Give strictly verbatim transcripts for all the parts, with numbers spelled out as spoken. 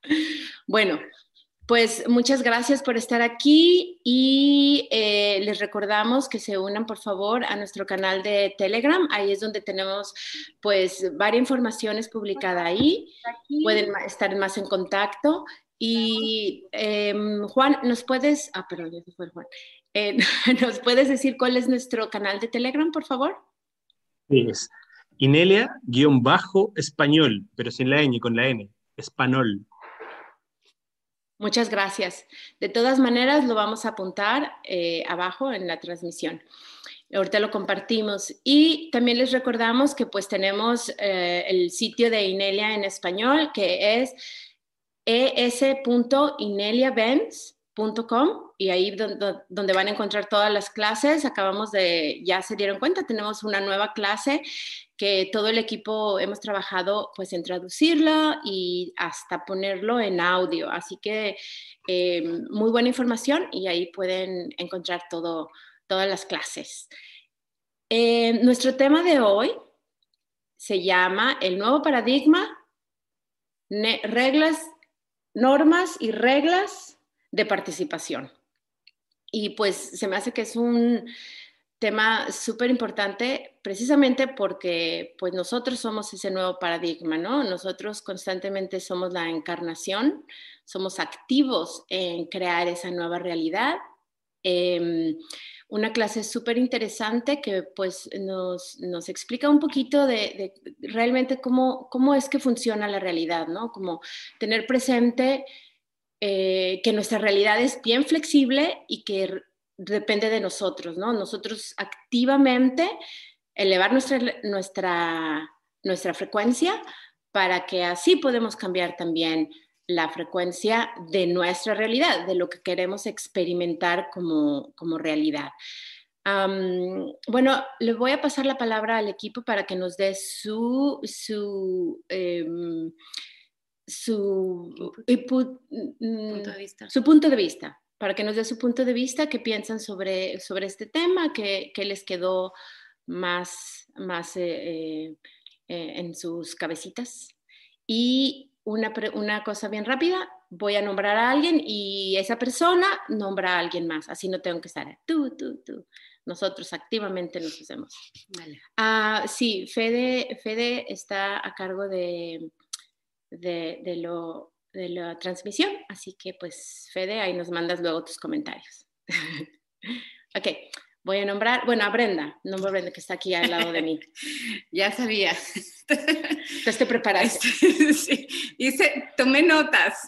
Bueno, pues muchas gracias por estar aquí y eh, les recordamos que se unan por favor a nuestro canal de Telegram. Ahí es donde tenemos pues varias informaciones publicadas ahí. Pueden estar más en contacto. Y eh, Juan, ¿nos puedes, ah, perdón, ya se fue Juan, eh, ¿nos puedes decir cuál es nuestro canal de Telegram, por favor? Sí, es Inelia-español, pero sin la ñ, con la N, español. Muchas gracias. De todas maneras, lo vamos a apuntar eh, abajo en la transmisión. Ahorita lo compartimos. Y también les recordamos que pues tenemos eh, el sitio de Inelia en español, que es e s punto inelia benz punto com, y ahí donde, donde van a encontrar todas las clases. Acabamos de, ya se dieron cuenta, tenemos una nueva clase que todo el equipo hemos trabajado pues en traducirla y hasta ponerlo en audio. Así que eh, muy buena información y ahí pueden encontrar todo, todas las clases. Eh, nuestro tema de hoy se llama el nuevo paradigma, reglas, normas y reglas de participación. Y pues se me hace que es un tema súper importante precisamente porque pues nosotros somos ese nuevo paradigma, ¿no? Nosotros constantemente somos la encarnación, somos activos en crear esa nueva realidad. Eh, una clase súper interesante que pues nos, nos explica un poquito de, de realmente cómo, cómo es que funciona la realidad, ¿no? Como tener presente eh, que nuestra realidad es bien flexible y que depende de nosotros, ¿no? Nosotros activamente elevar nuestra, nuestra, nuestra frecuencia para que así podemos cambiar también la frecuencia de nuestra realidad, de lo que queremos experimentar como, como realidad. Um, bueno, le voy a pasar la palabra al equipo para que nos dé su, su, eh, su, punto de vista. su punto de vista, para que nos dé su punto de vista, qué piensan sobre, sobre este tema, qué, qué les quedó más, más eh, eh, en sus cabecitas. Y una, una cosa bien rápida, voy a nombrar a alguien y esa persona nombra a alguien más, así no tengo que estar tú, tú, tú. Nosotros activamente nos hacemos. Vale. Uh, sí, Fede, Fede está a cargo de, de, de, lo, de la transmisión, así que pues Fede, ahí nos mandas luego tus comentarios. Ok, voy a nombrar, bueno, a Brenda, nombro a Brenda que está aquí al lado de mí. Ya sabía. Entonces te preparaste. Sí, hice, tomé notas.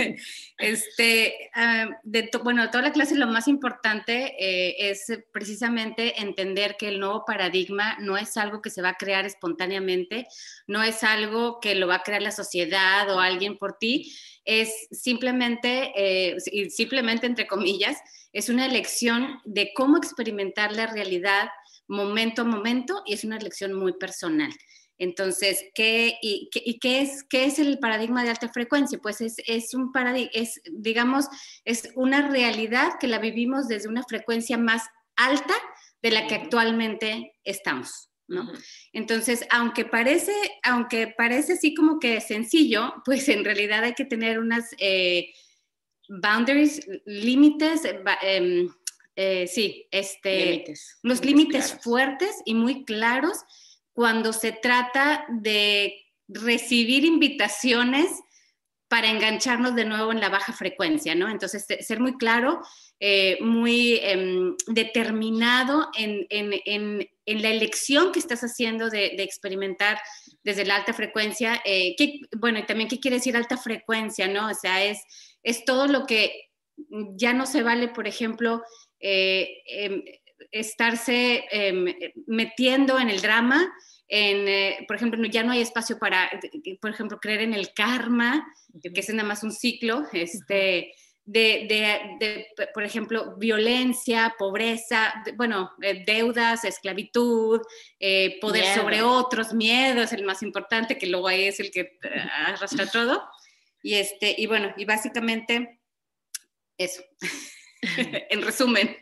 Este, uh, de to, bueno, toda la clase lo más importante eh, es precisamente entender que el nuevo paradigma no es algo que se va a crear espontáneamente, no es algo que lo va a crear la sociedad o alguien por ti, es simplemente, eh, simplemente entre comillas, es una elección de cómo experimentar la realidad momento a momento y es una elección muy personal. Entonces, ¿qué, y, qué, y qué, es, qué es el paradigma de alta frecuencia? Pues es, es un paradigma, es, digamos, es una realidad que la vivimos desde una frecuencia más alta de la que actualmente estamos, ¿no? Uh-huh. Entonces, aunque parece, aunque parece así como que sencillo, pues en realidad hay que tener unas eh, boundaries, límites, eh, eh, eh, sí, este, límites, unos límites claros, fuertes y muy claros cuando se trata de recibir invitaciones para engancharnos de nuevo en la baja frecuencia, ¿no? Entonces, ser muy claro, eh, muy eh, determinado en, en, en, en la elección que estás haciendo de, de experimentar desde la alta frecuencia. Eh, ¿qué, bueno, y también, ¿qué quiere decir alta frecuencia, no? O sea, es, es todo lo que ya no se vale, por ejemplo, eh, eh, estarse eh, metiendo en el drama, en, eh, por ejemplo, ya no hay espacio para, por ejemplo, creer en el karma, que es nada más un ciclo, este, de, de, de por ejemplo, violencia, pobreza, de, bueno, eh, deudas, esclavitud, eh, poder miedo sobre otros, miedo es el más importante, que luego ahí es el que arrastra todo. Y, este, y bueno, y básicamente eso, en resumen.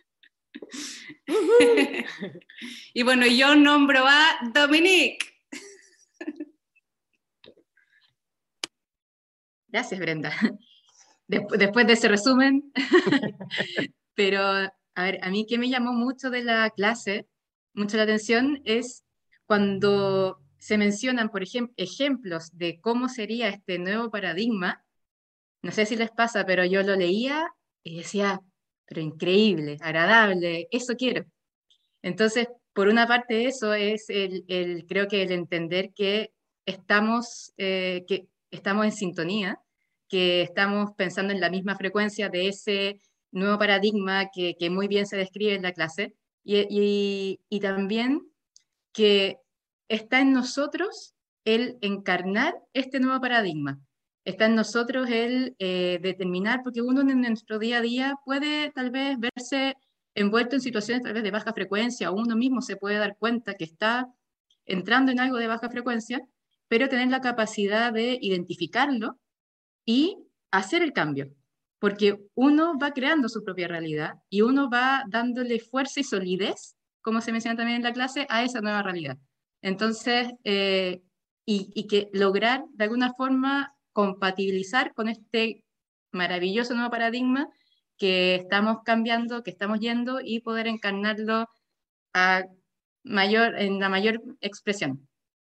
Uh-huh. Y bueno, yo nombro a Dominique. Gracias, Brenda. Después, después de ese resumen, pero a ver, a mí que me llamó mucho de la clase, mucho la atención, es cuando se mencionan, por ejemplo, ejemplos de cómo sería este nuevo paradigma. No sé si les pasa, pero yo lo leía y decía, pero increíble, agradable, eso quiero. Entonces, por una parte eso es el, el creo que el entender que estamos, eh, que estamos en sintonía, que estamos pensando en la misma frecuencia de ese nuevo paradigma que, que muy bien se describe en la clase, y, y, y también que está en nosotros el encarnar este nuevo paradigma. Está en nosotros el eh, determinar, porque uno en nuestro día a día puede tal vez verse envuelto en situaciones tal vez de baja frecuencia, o uno mismo se puede dar cuenta que está entrando en algo de baja frecuencia, pero tener la capacidad de identificarlo y hacer el cambio, porque uno va creando su propia realidad y uno va dándole fuerza y solidez, como se menciona también en la clase, a esa nueva realidad. Entonces, eh, y, y que lograr de alguna forma compatibilizar con este maravilloso nuevo paradigma que estamos cambiando, que estamos yendo, y poder encarnarlo a mayor, en la mayor expresión.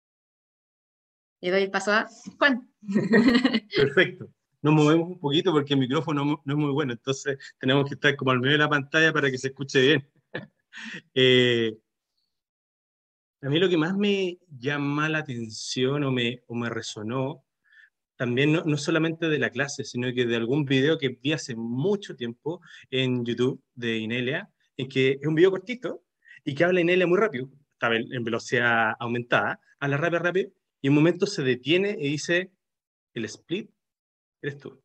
Y doy el paso a Juan. Perfecto. Nos movemos un poquito porque el micrófono no, no es muy bueno, entonces tenemos que estar como al medio de la pantalla para que se escuche bien. eh, a mí lo que más me llama la atención o me, o me resonó, también no, no solamente de la clase, sino que de algún video que vi hace mucho tiempo en YouTube de Inelia, en que es un video cortito y que habla Inelia muy rápido, está en velocidad aumentada, habla rápido, rápido, y en un momento se detiene y dice, el split eres tú.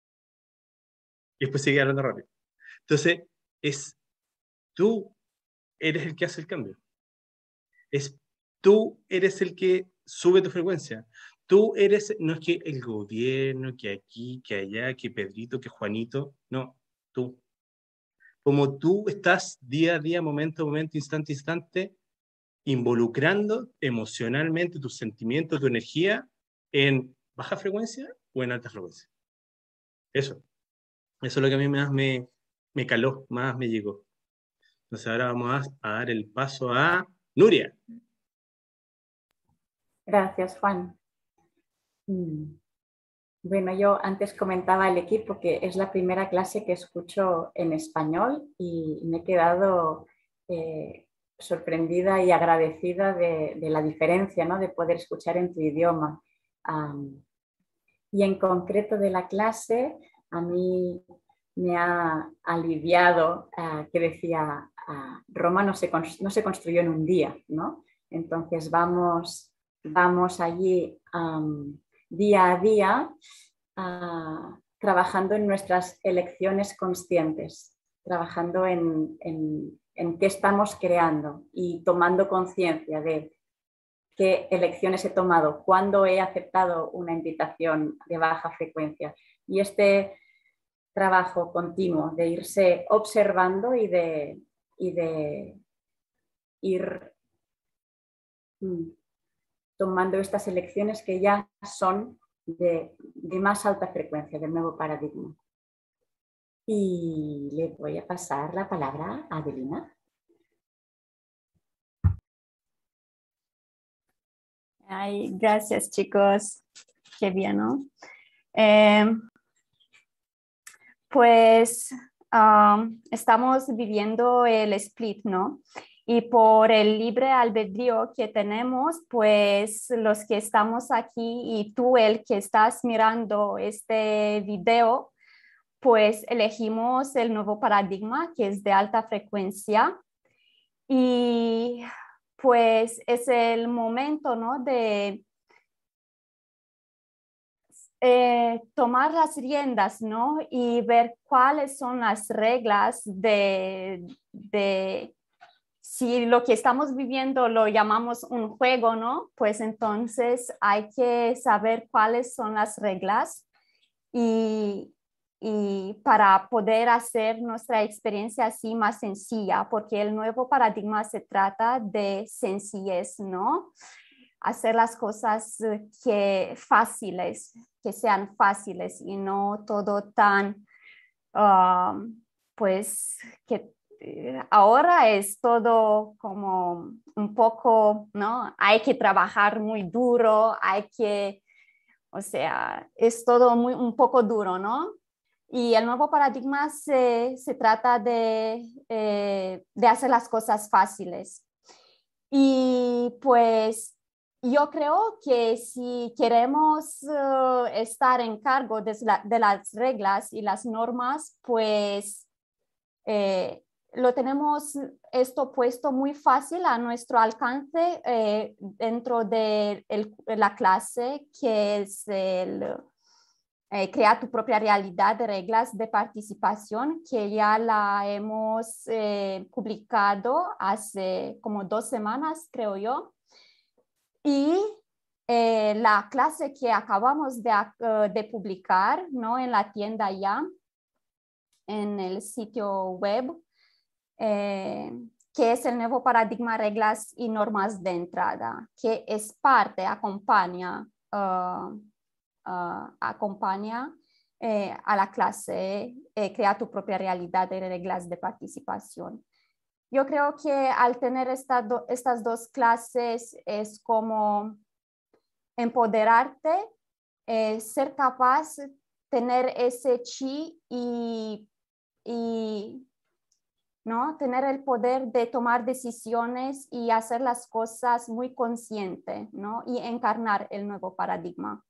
Y después sigue hablando rápido. Entonces, es tú eres el que hace el cambio. Es tú eres el que sube tu frecuencia. Tú eres, no es que el gobierno, que aquí, que allá, que Pedrito, que Juanito, no, tú. Como tú estás día a día, momento a momento, instante a instante, involucrando emocionalmente tus sentimientos, tu energía en baja frecuencia o en alta frecuencia. Eso. Eso es lo que a mí más me, me caló, más me llegó. Entonces ahora vamos a, a dar el paso a Nuria. Gracias, Juan. Bueno, yo antes comentaba al equipo que es la primera clase que escucho en español y me he quedado eh, sorprendida y agradecida de, de la diferencia, ¿no?, de poder escuchar en tu idioma. Um, y en concreto de la clase, a mí me ha aliviado uh, que decía, uh, Roma no se, no se construyó en un día, ¿no? Entonces vamos, vamos allí um, día a día uh, trabajando en nuestras elecciones conscientes, trabajando en, en, en qué estamos creando y tomando conciencia de qué elecciones he tomado, cuándo he aceptado una invitación de baja frecuencia. Y este trabajo continuo de irse observando y de, y de ir mm, tomando estas elecciones que ya son de, de más alta frecuencia, del nuevo paradigma. Y le voy a pasar la palabra a Adelina. Ay, gracias, chicos. Qué bien, ¿no? Eh, pues um, estamos viviendo el split, ¿no? Y por el libre albedrío que tenemos, pues los que estamos aquí y tú, el que estás mirando este video, pues elegimos el nuevo paradigma que es de alta frecuencia. Y pues es el momento, ¿no?, de eh, tomar las riendas, ¿no?, y ver cuáles son las reglas de, de, si lo que estamos viviendo lo llamamos un juego, ¿no?, pues entonces hay que saber cuáles son las reglas y, y para poder hacer nuestra experiencia así más sencilla, porque el nuevo paradigma se trata de sencillez, ¿no? hacer las cosas que fáciles, que sean fáciles y no todo tan, uh, pues, que ahora es todo como un poco, ¿no? Hay que trabajar muy duro, hay que, o sea, es todo muy, un poco duro, ¿no? Y el nuevo paradigma se, se trata de, eh, de hacer las cosas fáciles. Y pues yo creo que si queremos uh, estar en cargo de, la, de las reglas y las normas, pues eh, lo tenemos esto puesto muy fácil a nuestro alcance eh, dentro de el, la clase, que es el eh, Crea tu propia realidad de reglas de participación, que ya la hemos eh, publicado hace como dos semanas, creo yo. Y eh, la clase que acabamos de, uh, de publicar, ¿no? En la tienda ya, en el sitio web, eh, que es el nuevo paradigma, reglas y normas de entrada, que es parte, acompaña, uh, uh, acompaña eh, a la clase eh, Crea tu propia realidad de reglas de participación. Yo creo que al tener esta do, estas dos clases es como empoderarte, eh, ser capaz, tener ese chi y, y ¿no? Tener el poder de tomar decisiones y hacer las cosas muy consciente, ¿no? Y encarnar el nuevo paradigma.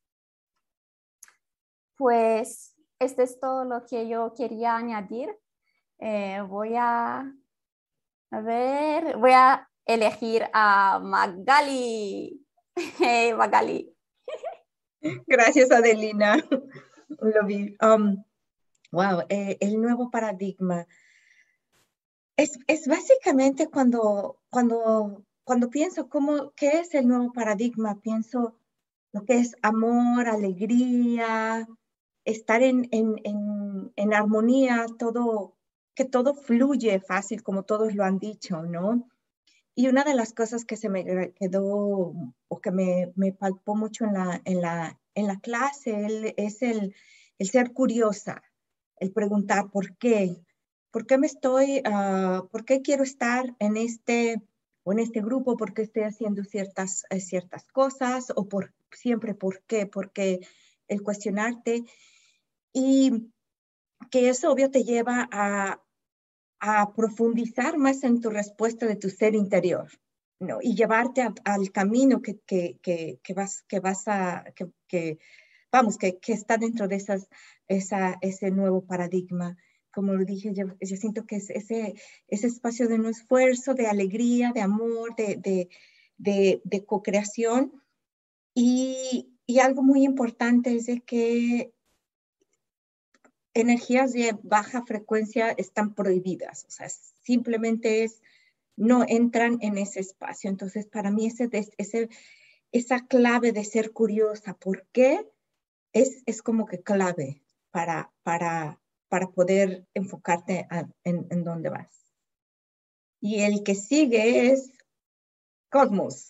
Pues este es todo lo que yo quería añadir. Eh, voy a, a ver, voy a elegir a Magali. Hey, Magali. Gracias, Adelina. Lo vi. Um, wow, eh, el nuevo paradigma. Es, es básicamente cuando, cuando, cuando pienso cómo, qué es el nuevo paradigma, pienso lo que es amor, alegría, estar en, en, en, en armonía, todo, que todo fluye fácil, como todos lo han dicho, ¿no? Y una de las cosas que se me quedó o que me, me palpó mucho en la, en la, en la clase el, es el, el ser curiosa, el preguntar por qué, por qué me estoy, uh, por qué quiero estar en este, o en este grupo, por qué estoy haciendo ciertas, eh, ciertas cosas, o por siempre por qué, porque el cuestionarte, y que eso obvio te lleva a a profundizar más en tu respuesta de tu ser interior, ¿no? Y llevarte a, al camino que, que, que, que, vas, que vas a, que, que vamos, que, que está dentro de esas, esa, ese nuevo paradigma. Como lo dije, yo, yo siento que es ese, ese espacio de no esfuerzo, de alegría, de amor, de, de, de, de co-creación. Y, y algo muy importante es de que energías de baja frecuencia están prohibidas, o sea, simplemente es, no entran en ese espacio. Entonces, para mí ese, ese, esa clave de ser curiosa, ¿por qué? Es, es como que clave para, para, para poder enfocarte a, en, en dónde vas. Y el que sigue es Cosmos.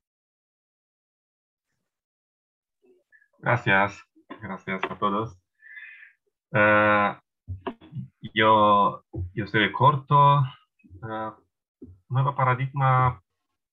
Gracias, gracias a todos. Uh, yo, yo soy de Corto. Uh, nuevo paradigma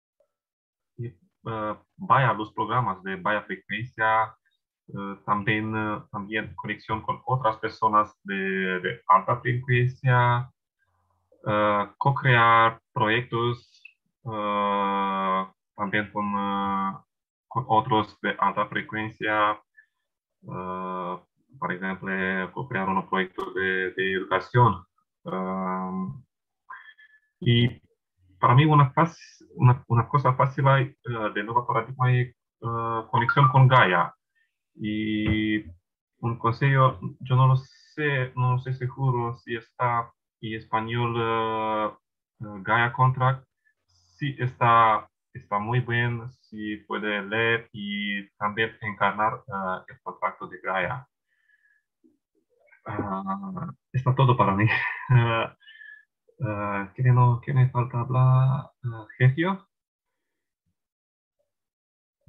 uh, vaya los programas de baja frecuencia, uh, también, uh, también conexión con otras personas de, de alta frecuencia, uh, co-crear proyectos uh, también con, uh, con otros de alta frecuencia. Uh, por ejemplo, co-crear un proyecto de, de educación. Um, y para mí una, fácil, una, una cosa fácil hay, uh, de nuevo paradigma es uh, conexión con Gaia. Y un consejo, yo no lo sé, no lo sé seguro si está en español uh, uh, Gaia Contract. Sí está, está muy bien, si puede leer y también encarnar uh, el contrato de Gaia. Uh, está todo para mí. Uh, uh, ¿qué, no, ¿Qué me falta hablar? Uh, Sergio.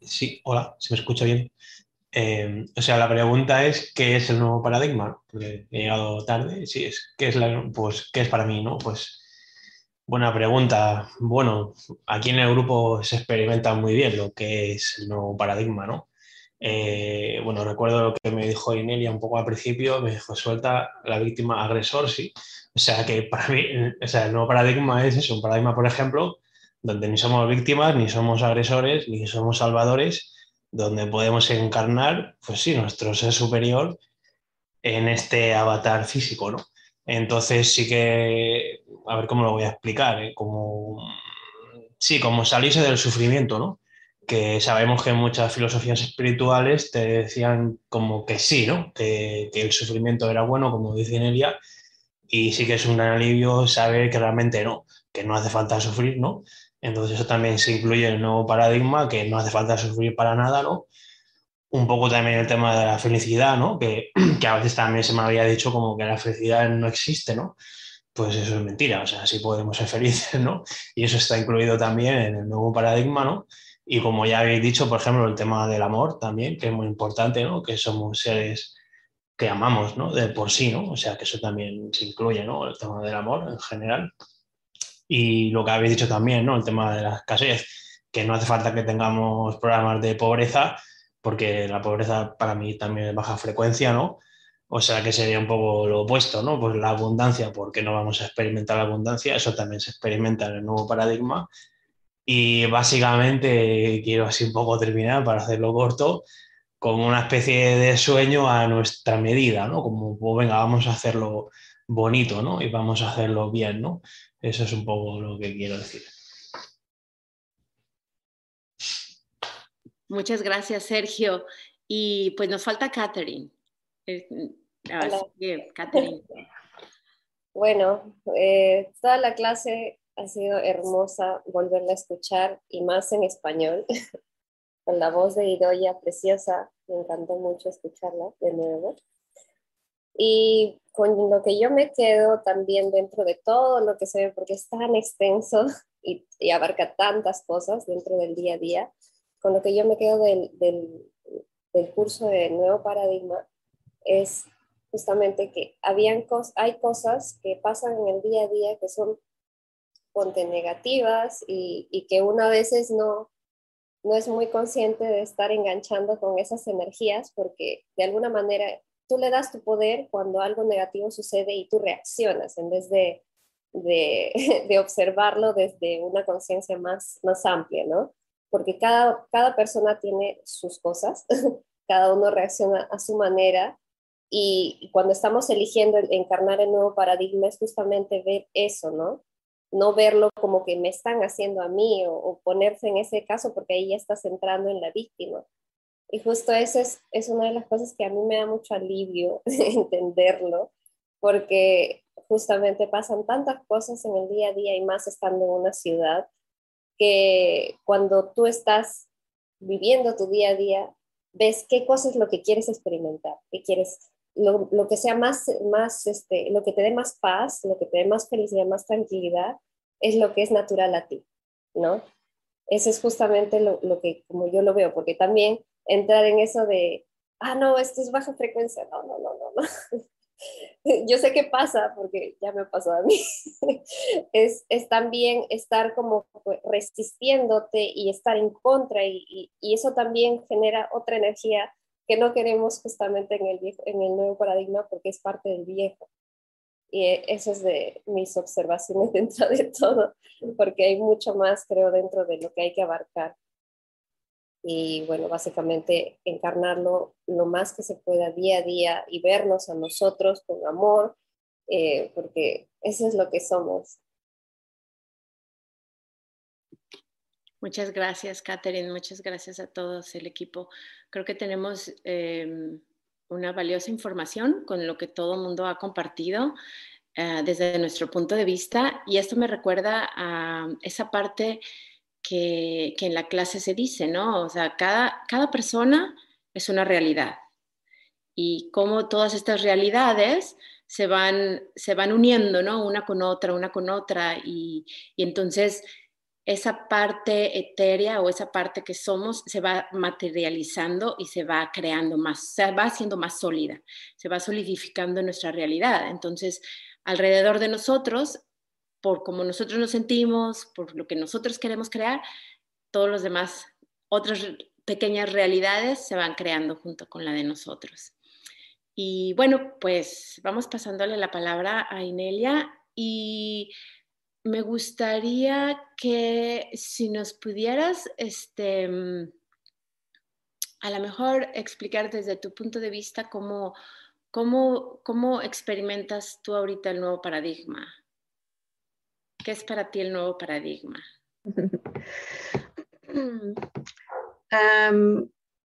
Sí, hola, ¿se me escucha bien? Eh, o sea, la pregunta es, ¿qué es el nuevo paradigma? Porque he llegado tarde. Sí, es, ¿qué es la, pues, ¿qué es para mí, no? Pues, buena pregunta. Bueno, aquí en el grupo se experimenta muy bien lo que es el nuevo paradigma, ¿no? Eh, bueno, recuerdo lo que me dijo Inelia un poco al principio, me dijo, suelta la víctima agresor, sí. O sea, que para mí, o sea, el nuevo paradigma es eso, un paradigma, por ejemplo, donde ni somos víctimas, ni somos agresores, ni somos salvadores, donde podemos encarnar, pues sí, nuestro ser superior en este avatar físico, ¿no? Entonces sí que, a ver cómo lo voy a explicar, ¿eh? Como, sí, como salirse del sufrimiento, ¿no? Que sabemos que muchas filosofías espirituales te decían como que sí, ¿no? Que, que el sufrimiento era bueno, como dice Nelia, y sí que es un gran alivio saber que realmente no, que no hace falta sufrir, ¿no? Entonces eso también se incluye en el nuevo paradigma, que no hace falta sufrir para nada, ¿no? Un poco también el tema de la felicidad, ¿no? Que, que a veces también se me había dicho como que la felicidad no existe, ¿no? Pues eso es mentira, o sea, sí podemos ser felices, ¿no? Y eso está incluido también en el nuevo paradigma, ¿no? Y como ya habéis dicho, por ejemplo, el tema del amor también, que es muy importante, ¿no? Que somos seres que amamos, ¿no? De por sí, ¿no? O sea, que eso también se incluye, ¿no? El tema del amor en general. Y lo que habéis dicho también, ¿no? El tema de la escasez, que no hace falta que tengamos programas de pobreza, porque la pobreza para mí también es baja frecuencia, ¿no? O sea que sería un poco lo opuesto, ¿no? Pues la abundancia, porque no vamos a experimentar la abundancia, eso también se experimenta en el nuevo paradigma. Y básicamente quiero así un poco terminar para hacerlo corto, como una especie de sueño a nuestra medida, ¿no? Como, pues venga, vamos a hacerlo bonito, ¿no? Y vamos a hacerlo bien, ¿no? Eso es un poco lo que quiero decir. Muchas gracias, Sergio. Y pues nos falta Catherine. Así que, Catherine. Bueno, eh, toda la clase ha sido hermosa volverla a escuchar y más en español, con la voz de Idoia preciosa. Me encantó mucho escucharla de nuevo. Y con lo que yo me quedo también dentro de todo lo que se ve, porque es tan extenso y, y abarca tantas cosas dentro del día a día, con lo que yo me quedo del, del, del curso de Nuevo Paradigma es justamente que habían cos hay cosas que pasan en el día a día que son ponte negativas y, y que uno a veces no, no es muy consciente de estar enganchando con esas energías porque de alguna manera tú le das tu poder cuando algo negativo sucede y tú reaccionas en vez de, de, de observarlo desde una conciencia más, más amplia, ¿no? Porque cada, cada persona tiene sus cosas, cada uno reacciona a su manera y, y cuando estamos eligiendo encarnar el nuevo paradigma es justamente ver eso, ¿no? No verlo como que me están haciendo a mí o, o ponerse en ese caso porque ahí ya estás entrando en la víctima. Y justo eso es, es una de las cosas que a mí me da mucho alivio entenderlo, porque justamente pasan tantas cosas en el día a día y más estando en una ciudad, que cuando tú estás viviendo tu día a día, ves qué cosa es lo que quieres experimentar, qué quieres, lo, lo que sea más, más este, lo que te dé más paz, lo que te dé más felicidad, más tranquilidad, es lo que es natural a ti, ¿no? Eso es justamente lo, lo que, como yo lo veo, porque también entrar en eso de, ah, no, esto es baja frecuencia, no, no, no, no, no. Yo sé qué pasa, porque ya me ha pasado a mí. Es, es también estar como resistiéndote y estar en contra, y, y, y eso también genera otra energía que no queremos justamente en el, viejo, en el nuevo paradigma, porque es parte del viejo. Y eso es de mis observaciones dentro de todo, porque hay mucho más, creo, dentro de lo que hay que abarcar. Y bueno, básicamente encarnarlo lo más que se pueda día a día y vernos a nosotros con amor, eh, porque eso es lo que somos. Muchas gracias, Catherine. Muchas gracias a todos el equipo. Creo que tenemos eh, una valiosa información con lo que todo el mundo ha compartido uh, desde nuestro punto de vista. Y esto me recuerda a esa parte que, que en la clase se dice, ¿no? O sea, cada, cada persona es una realidad. Y cómo todas estas realidades se van, se van uniendo, ¿no? Una con otra, una con otra. Y, y entonces esa parte etérea o esa parte que somos se va materializando y se va creando más, se va haciendo más sólida, se va solidificando en nuestra realidad. Entonces, alrededor de nosotros, por cómo nosotros nos sentimos, por lo que nosotros queremos crear, todos los demás, otras pequeñas realidades se van creando junto con la de nosotros. Y bueno, pues vamos pasándole la palabra a Inelia y me gustaría que si nos pudieras, este, a lo mejor explicar desde tu punto de vista cómo, cómo, cómo experimentas tú ahorita el nuevo paradigma. ¿Qué es para ti el nuevo paradigma? Um,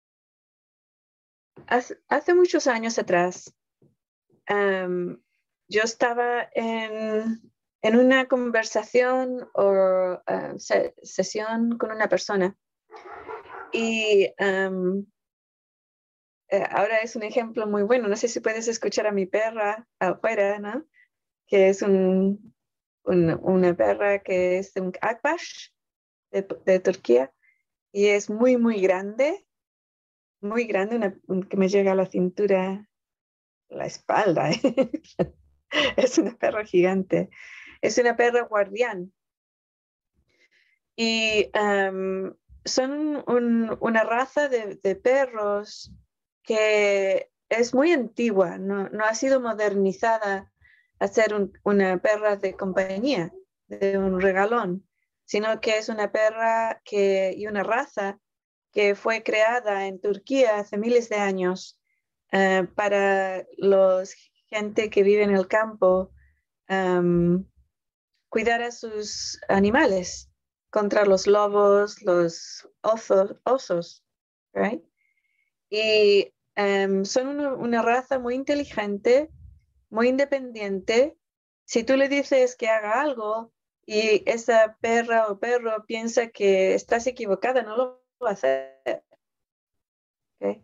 hace, hace muchos años atrás, um, yo estaba en, en una conversación o uh, se, sesión con una persona y um, eh, ahora es un ejemplo muy bueno. No sé si puedes escuchar a mi perra afuera, ¿no? Que es un, un, una perra que es de un Akbash de, de Turquía y es muy, muy grande. Muy grande, una, que me llega a la cintura, la espalda. ¿eh? Es una perra gigante. Es una perra guardián. Y um, son un, una raza de, de perros que es muy antigua, no, no ha sido modernizada a ser un, una perra de compañía, de un regalón, sino que es una perra que, y una raza que fue creada en Turquía hace miles de años uh, para los gente que vive en el campo, um, cuidar a sus animales contra los lobos, los osos, osos right? Y um, son una, una raza muy inteligente, muy independiente. Si tú le dices que haga algo y esa perra o perro piensa que estás equivocada, no lo va a hacer. Okay.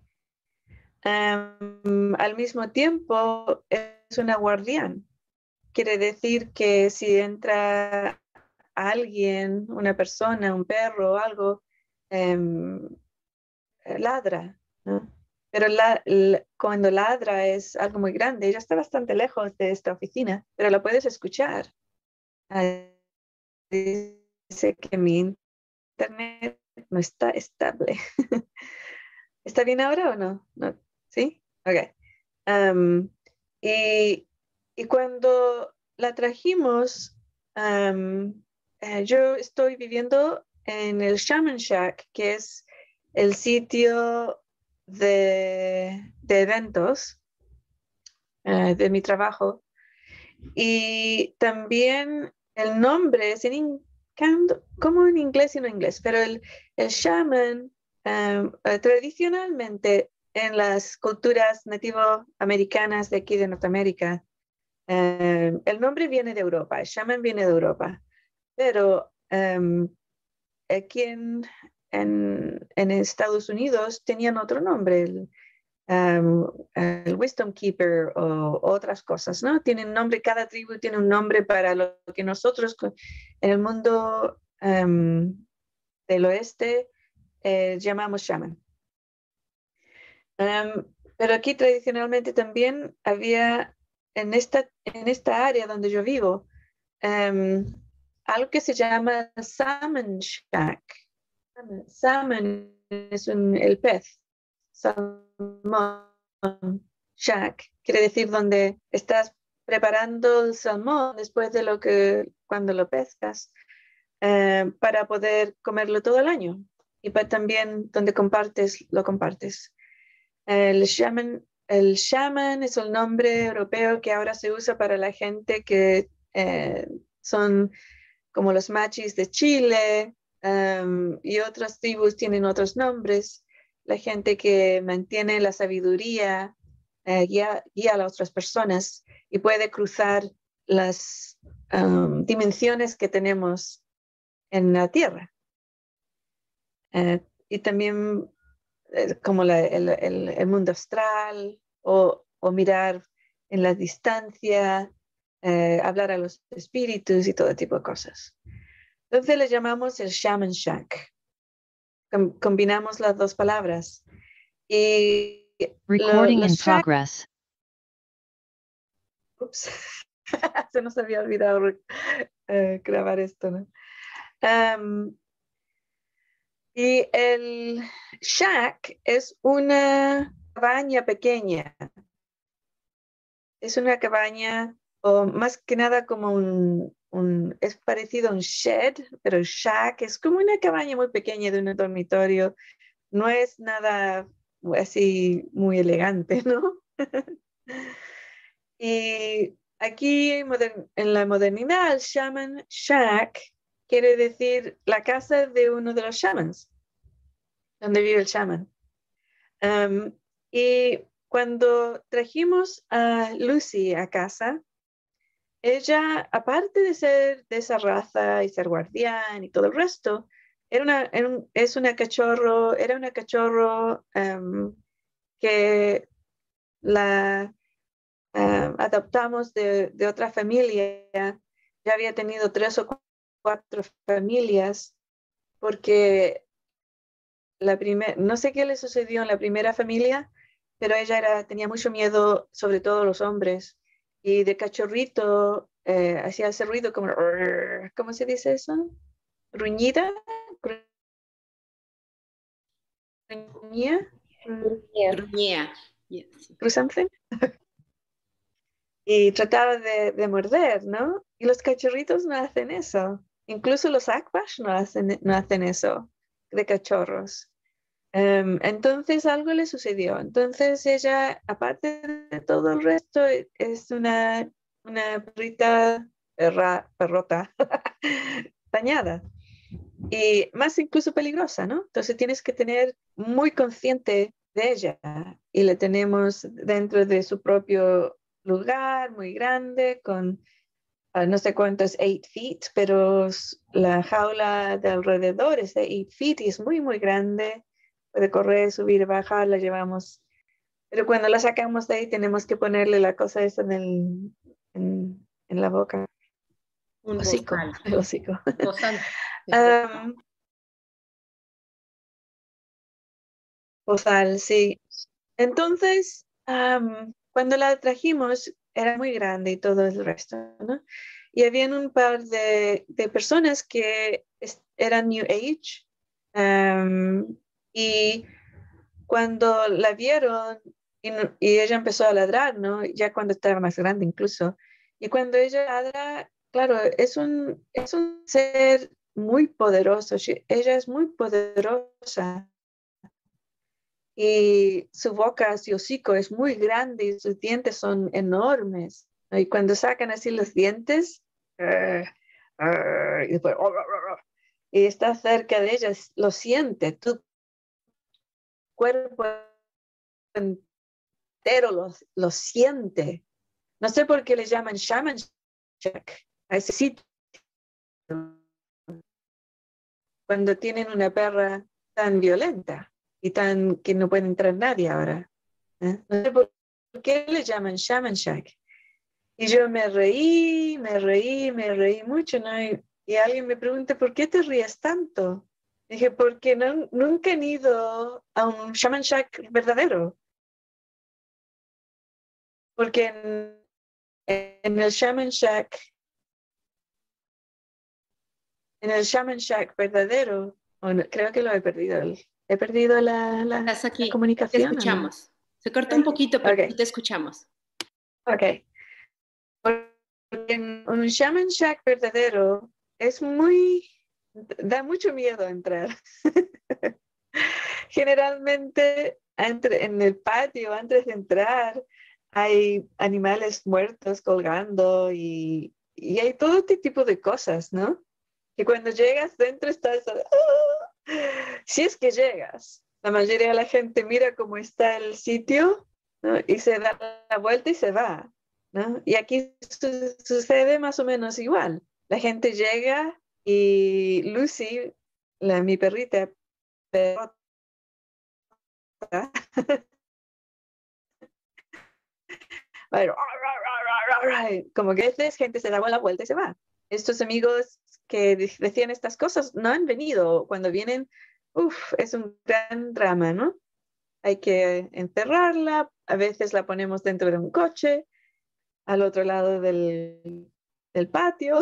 Um, al mismo tiempo, es una guardián. Quiere decir que si entra alguien, una persona, un perro o algo, um, ladra, ¿no? Pero la, la, cuando ladra es algo muy grande. Ella está bastante lejos de esta oficina, pero la puedes escuchar. Uh, dice que mi internet no está estable. ¿Está bien ahora o no? ¿No? ¿Sí? Ok. Um, y, y cuando la trajimos, um, eh, yo estoy viviendo en el Shaman Shack, que es el sitio de, de eventos uh, de mi trabajo. Y también el nombre es en in, como en inglés y no en inglés, pero el, el shaman um, uh, tradicionalmente en las culturas nativoamericanas de aquí de Norteamérica, um, el nombre viene de Europa, el shaman viene de Europa, pero um, aquí en, en, en Estados Unidos tenían otro nombre, el, Um, el Wisdom Keeper o otras cosas, ¿no? Tienen nombre, cada tribu tiene un nombre para lo que nosotros en el mundo um, del oeste eh, llamamos shaman. Um, pero aquí tradicionalmente también había en esta, en esta área donde yo vivo um, algo que se llama Salmon Shack. Salmon es un, el pez. Salmón shack, quiere decir donde estás preparando el salmón después de lo que, cuando lo pescas, eh, para poder comerlo todo el año. Y para también donde compartes, lo compartes. El shaman, el shaman es el nombre europeo que ahora se usa para la gente que eh, son como los machis de Chile, um, y otras tribus tienen otros nombres. La gente que mantiene la sabiduría, eh, guía, guía a las otras personas y puede cruzar las um, dimensiones que tenemos en la Tierra. Eh, y también eh, como la, el, el, el mundo astral o, o mirar en la distancia, eh, hablar a los espíritus y todo tipo de cosas. Entonces le llamamos el Shaman Shack. Com- combinamos las dos palabras. Y Recording lo, in shack, progress. ups, se nos había olvidado uh, grabar esto, ¿no? Um, y el shack es una cabaña pequeña. Es una cabaña, o más que nada como un, un, es parecido a un shed, pero el shack es como una cabaña muy pequeña de un dormitorio. No es nada así muy elegante, ¿no? Y aquí en la modernidad, el shaman shack quiere decir la casa de uno de los shamans, donde vive el shaman. Um, y cuando trajimos a Lucy a casa, ella, aparte de ser de esa raza y ser guardián y todo el resto, era una, era un, es una cachorro, era una cachorro um, que la uh, adoptamos de, de otra familia. Ya había tenido tres o cuatro familias porque la primer, no sé qué le sucedió en la primera familia, pero ella era, tenía mucho miedo, sobre todo los hombres, y de cachorrito eh, hacía ese ruido como, ¿cómo se dice eso? ¿Ruñida? ¿Gruñía? Gruñía. Yes. ¿Something? Y trataba de, de morder, ¿no? Y los cachorritos no hacen eso. Incluso los akbash no hacen, no hacen eso de cachorros. Um, entonces algo le sucedió. Entonces ella, aparte de todo el resto, es una, una perrita perra, perrota dañada y más incluso peligrosa, ¿no? Entonces tienes que tener muy consciente de ella y la tenemos dentro de su propio lugar muy grande con uh, no sé cuántos eight feet, pero la jaula de alrededor es de eight feet y es muy muy grande. Puede correr, subir, bajar, la llevamos. Pero cuando la sacamos de ahí tenemos que ponerle la cosa esa en, el, en, en la boca. Un hocico, bozal. el hocico. Bozal. um, bozal, sí. Entonces, um, cuando la trajimos, era muy grande y todo el resto, ¿no? Y habían un par de, de personas que eran New Age um, y cuando la vieron y, y ella empezó a ladrar, ¿no? Ya cuando estaba más grande incluso. Y cuando ella ladra, claro, es un, es un ser muy poderoso. Ella es muy poderosa. Y su boca, su hocico es muy grande y sus dientes son enormes, ¿no? Y cuando sacan así los dientes, uh, uh, y, después, uh, uh, uh, y está cerca de ella, lo siente, tu cuerpo entero lo, lo siente. No sé por qué le llaman shaman shack a ese sitio. Cuando tienen una perra tan violenta y tan que no puede entrar nadie ahora. ¿Eh? No sé por qué le llaman shaman shack. Y yo me reí, me reí, me reí mucho, ¿no? Y, y alguien me pregunta, ¿por qué te ríes tanto? Dije, porque no, nunca han ido a un shaman shack verdadero. Porque en, en el shaman shack, en el shaman shack verdadero, oh, no, creo que lo he perdido. He perdido la, la, Estás aquí, la comunicación. te escuchamos. ¿No? Se cortó un poquito, pero okay. sí te escuchamos. Ok. Porque en un shaman shack verdadero es muy, da mucho miedo entrar. Generalmente entre, en el patio, antes de entrar, hay animales muertos colgando y, y hay todo este tipo de cosas, ¿no? Que cuando llegas dentro estás, ¡oh! Si es que llegas, la mayoría de la gente mira cómo está el sitio, ¿no? Y se da la vuelta y se va, ¿no? Y aquí su sucede más o menos igual. La gente llega y Lucy, la, mi perrita, perrota, como que a veces gente se da la vuelta y se va. estos amigos que decían estas cosas no han venido. Cuando vienen, uff, es un gran drama, ¿no? Hay que encerrarla, a veces la ponemos dentro de un coche, al otro lado del, del patio.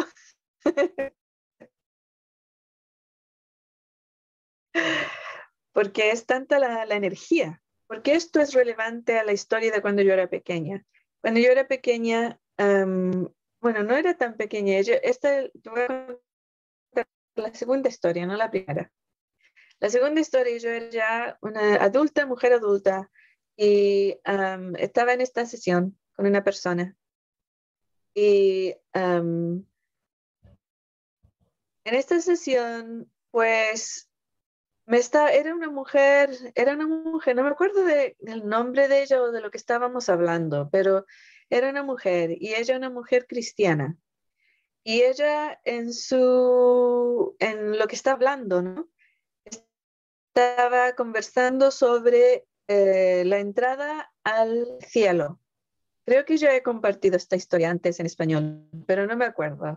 Porque es tanta la, la energía. Porque esto es relevante a la historia de cuando yo era pequeña. Cuando yo era pequeña, um, bueno, no era tan pequeña. Yo, esta, te voy a contar la segunda historia, no la primera. La segunda historia, yo era ya una adulta, mujer adulta, y um, estaba en esta sesión con una persona. Y um, en esta sesión, pues, me está, era una mujer, era una mujer, no me acuerdo de, del nombre de ella o de lo que estábamos hablando, pero era una mujer, y ella una mujer cristiana. Y ella en su, en lo que está hablando, ¿no? Estaba conversando sobre eh, la entrada al cielo. Creo que yo he compartido esta historia antes en español, pero no me acuerdo.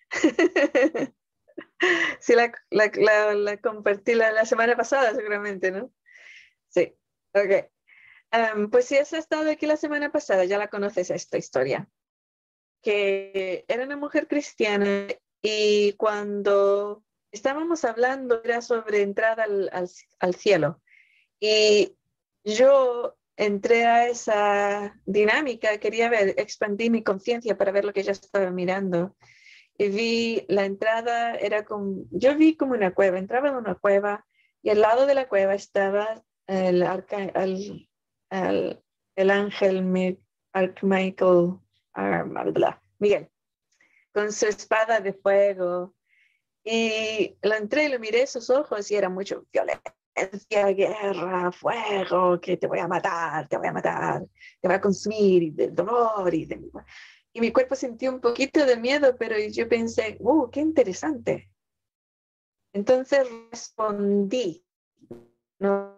Sí, la, la, la, la compartí la, la semana pasada seguramente, ¿no? Sí, ok. Um, pues si has estado aquí la semana pasada, ya la conoces esta historia. Que era una mujer cristiana y cuando estábamos hablando era sobre entrada al, al, al cielo. Y yo entré a esa dinámica, quería ver, expandí mi conciencia para ver lo que ella estaba mirando. Y vi la entrada, era como, yo vi como una cueva, entraba en una cueva y al lado de la cueva estaba el, arca, el, el, el ángel Arcángel Miguel, con su espada de fuego. Y lo entré y lo miré sus ojos y era mucho violencia, guerra, fuego, que te voy a matar, te voy a matar, te voy a consumir, y del dolor. Y, de... y mi cuerpo sintió un poquito de miedo, pero yo pensé, ¡uh, qué interesante! Entonces respondí, no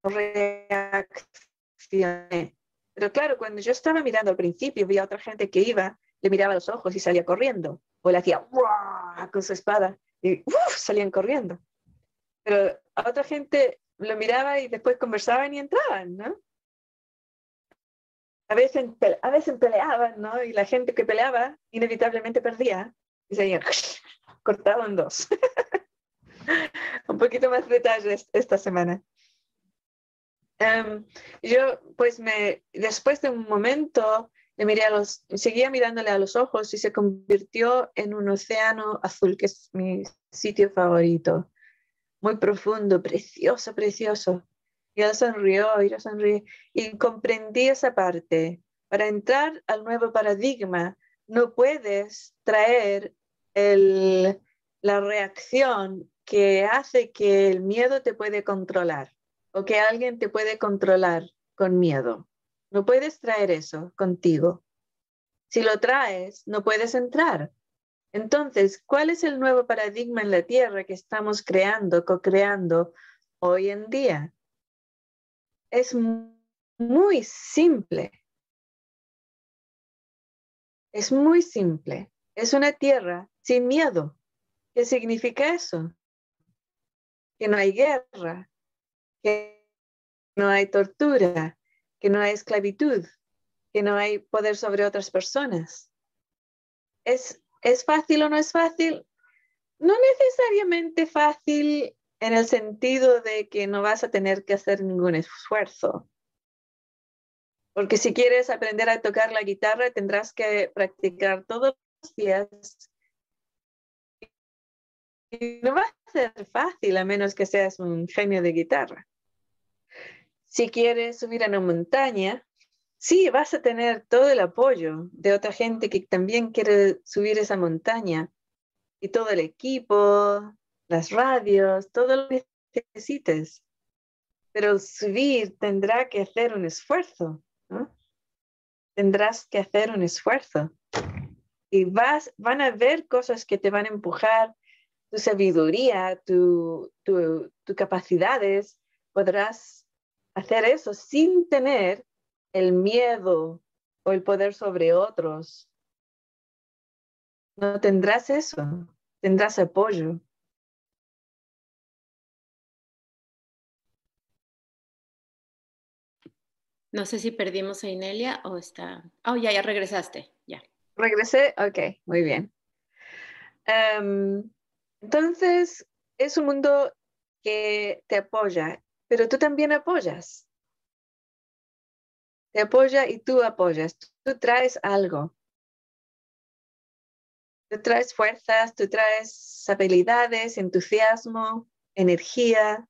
reaccioné. Pero claro, cuando yo estaba mirando al principio, vi a otra gente que iba, le miraba los ojos y salía corriendo, o le hacía ¡buah! Con su espada, y ¡uf! Salían corriendo. Pero a otra gente lo miraba y después conversaban y entraban, ¿no? A veces, a veces peleaban, ¿no? Y la gente que peleaba inevitablemente perdía y se iban cortado en dos. Un poquito más detalles esta semana. Um, yo, pues, me, después de un momento, le miré a los, seguía mirándole a los ojos y se convirtió en un océano azul, que es mi sitio favorito. Muy profundo, precioso, precioso. Y él sonrió, y yo sonríe, y comprendí esa parte. Para entrar al nuevo paradigma, no puedes traer el, la reacción que hace que el miedo te puede controlar, o que alguien te puede controlar con miedo. No puedes traer eso contigo. Si lo traes, no puedes entrar. Entonces, ¿cuál es el nuevo paradigma en la Tierra que estamos creando, co-creando hoy en día? Es muy simple. Es muy simple. Es una Tierra sin miedo. ¿Qué significa eso? Que no hay guerra, que no hay tortura, que no hay esclavitud, que no hay poder sobre otras personas. ¿Es, ¿es fácil o no es fácil? No necesariamente fácil en el sentido de que no vas a tener que hacer ningún esfuerzo. Porque si quieres aprender a tocar la guitarra, tendrás que practicar todos los días. Y no va a ser fácil a menos que seas un genio de guitarra. Si quieres subir a una montaña, sí, vas a tener todo el apoyo de otra gente que también quiere subir esa montaña. Y todo el equipo, las radios, todo lo que necesites. Pero el subir tendrá que hacer un esfuerzo, ¿no? Tendrás que hacer un esfuerzo. Y vas, van a haber cosas que te van a empujar, tu sabiduría, tu, tu, tu capacidades. Podrás hacer eso sin tener el miedo o el poder sobre otros. no tendrás eso, tendrás apoyo. No sé si perdimos a Inelia o está... Oh, ya, ya regresaste, ya. Regresé, ok, muy bien. Um, entonces, es un mundo que te apoya, pero tú también apoyas. Te apoya y tú apoyas. Tú traes algo. Tú traes fuerzas, tú traes habilidades, entusiasmo, energía.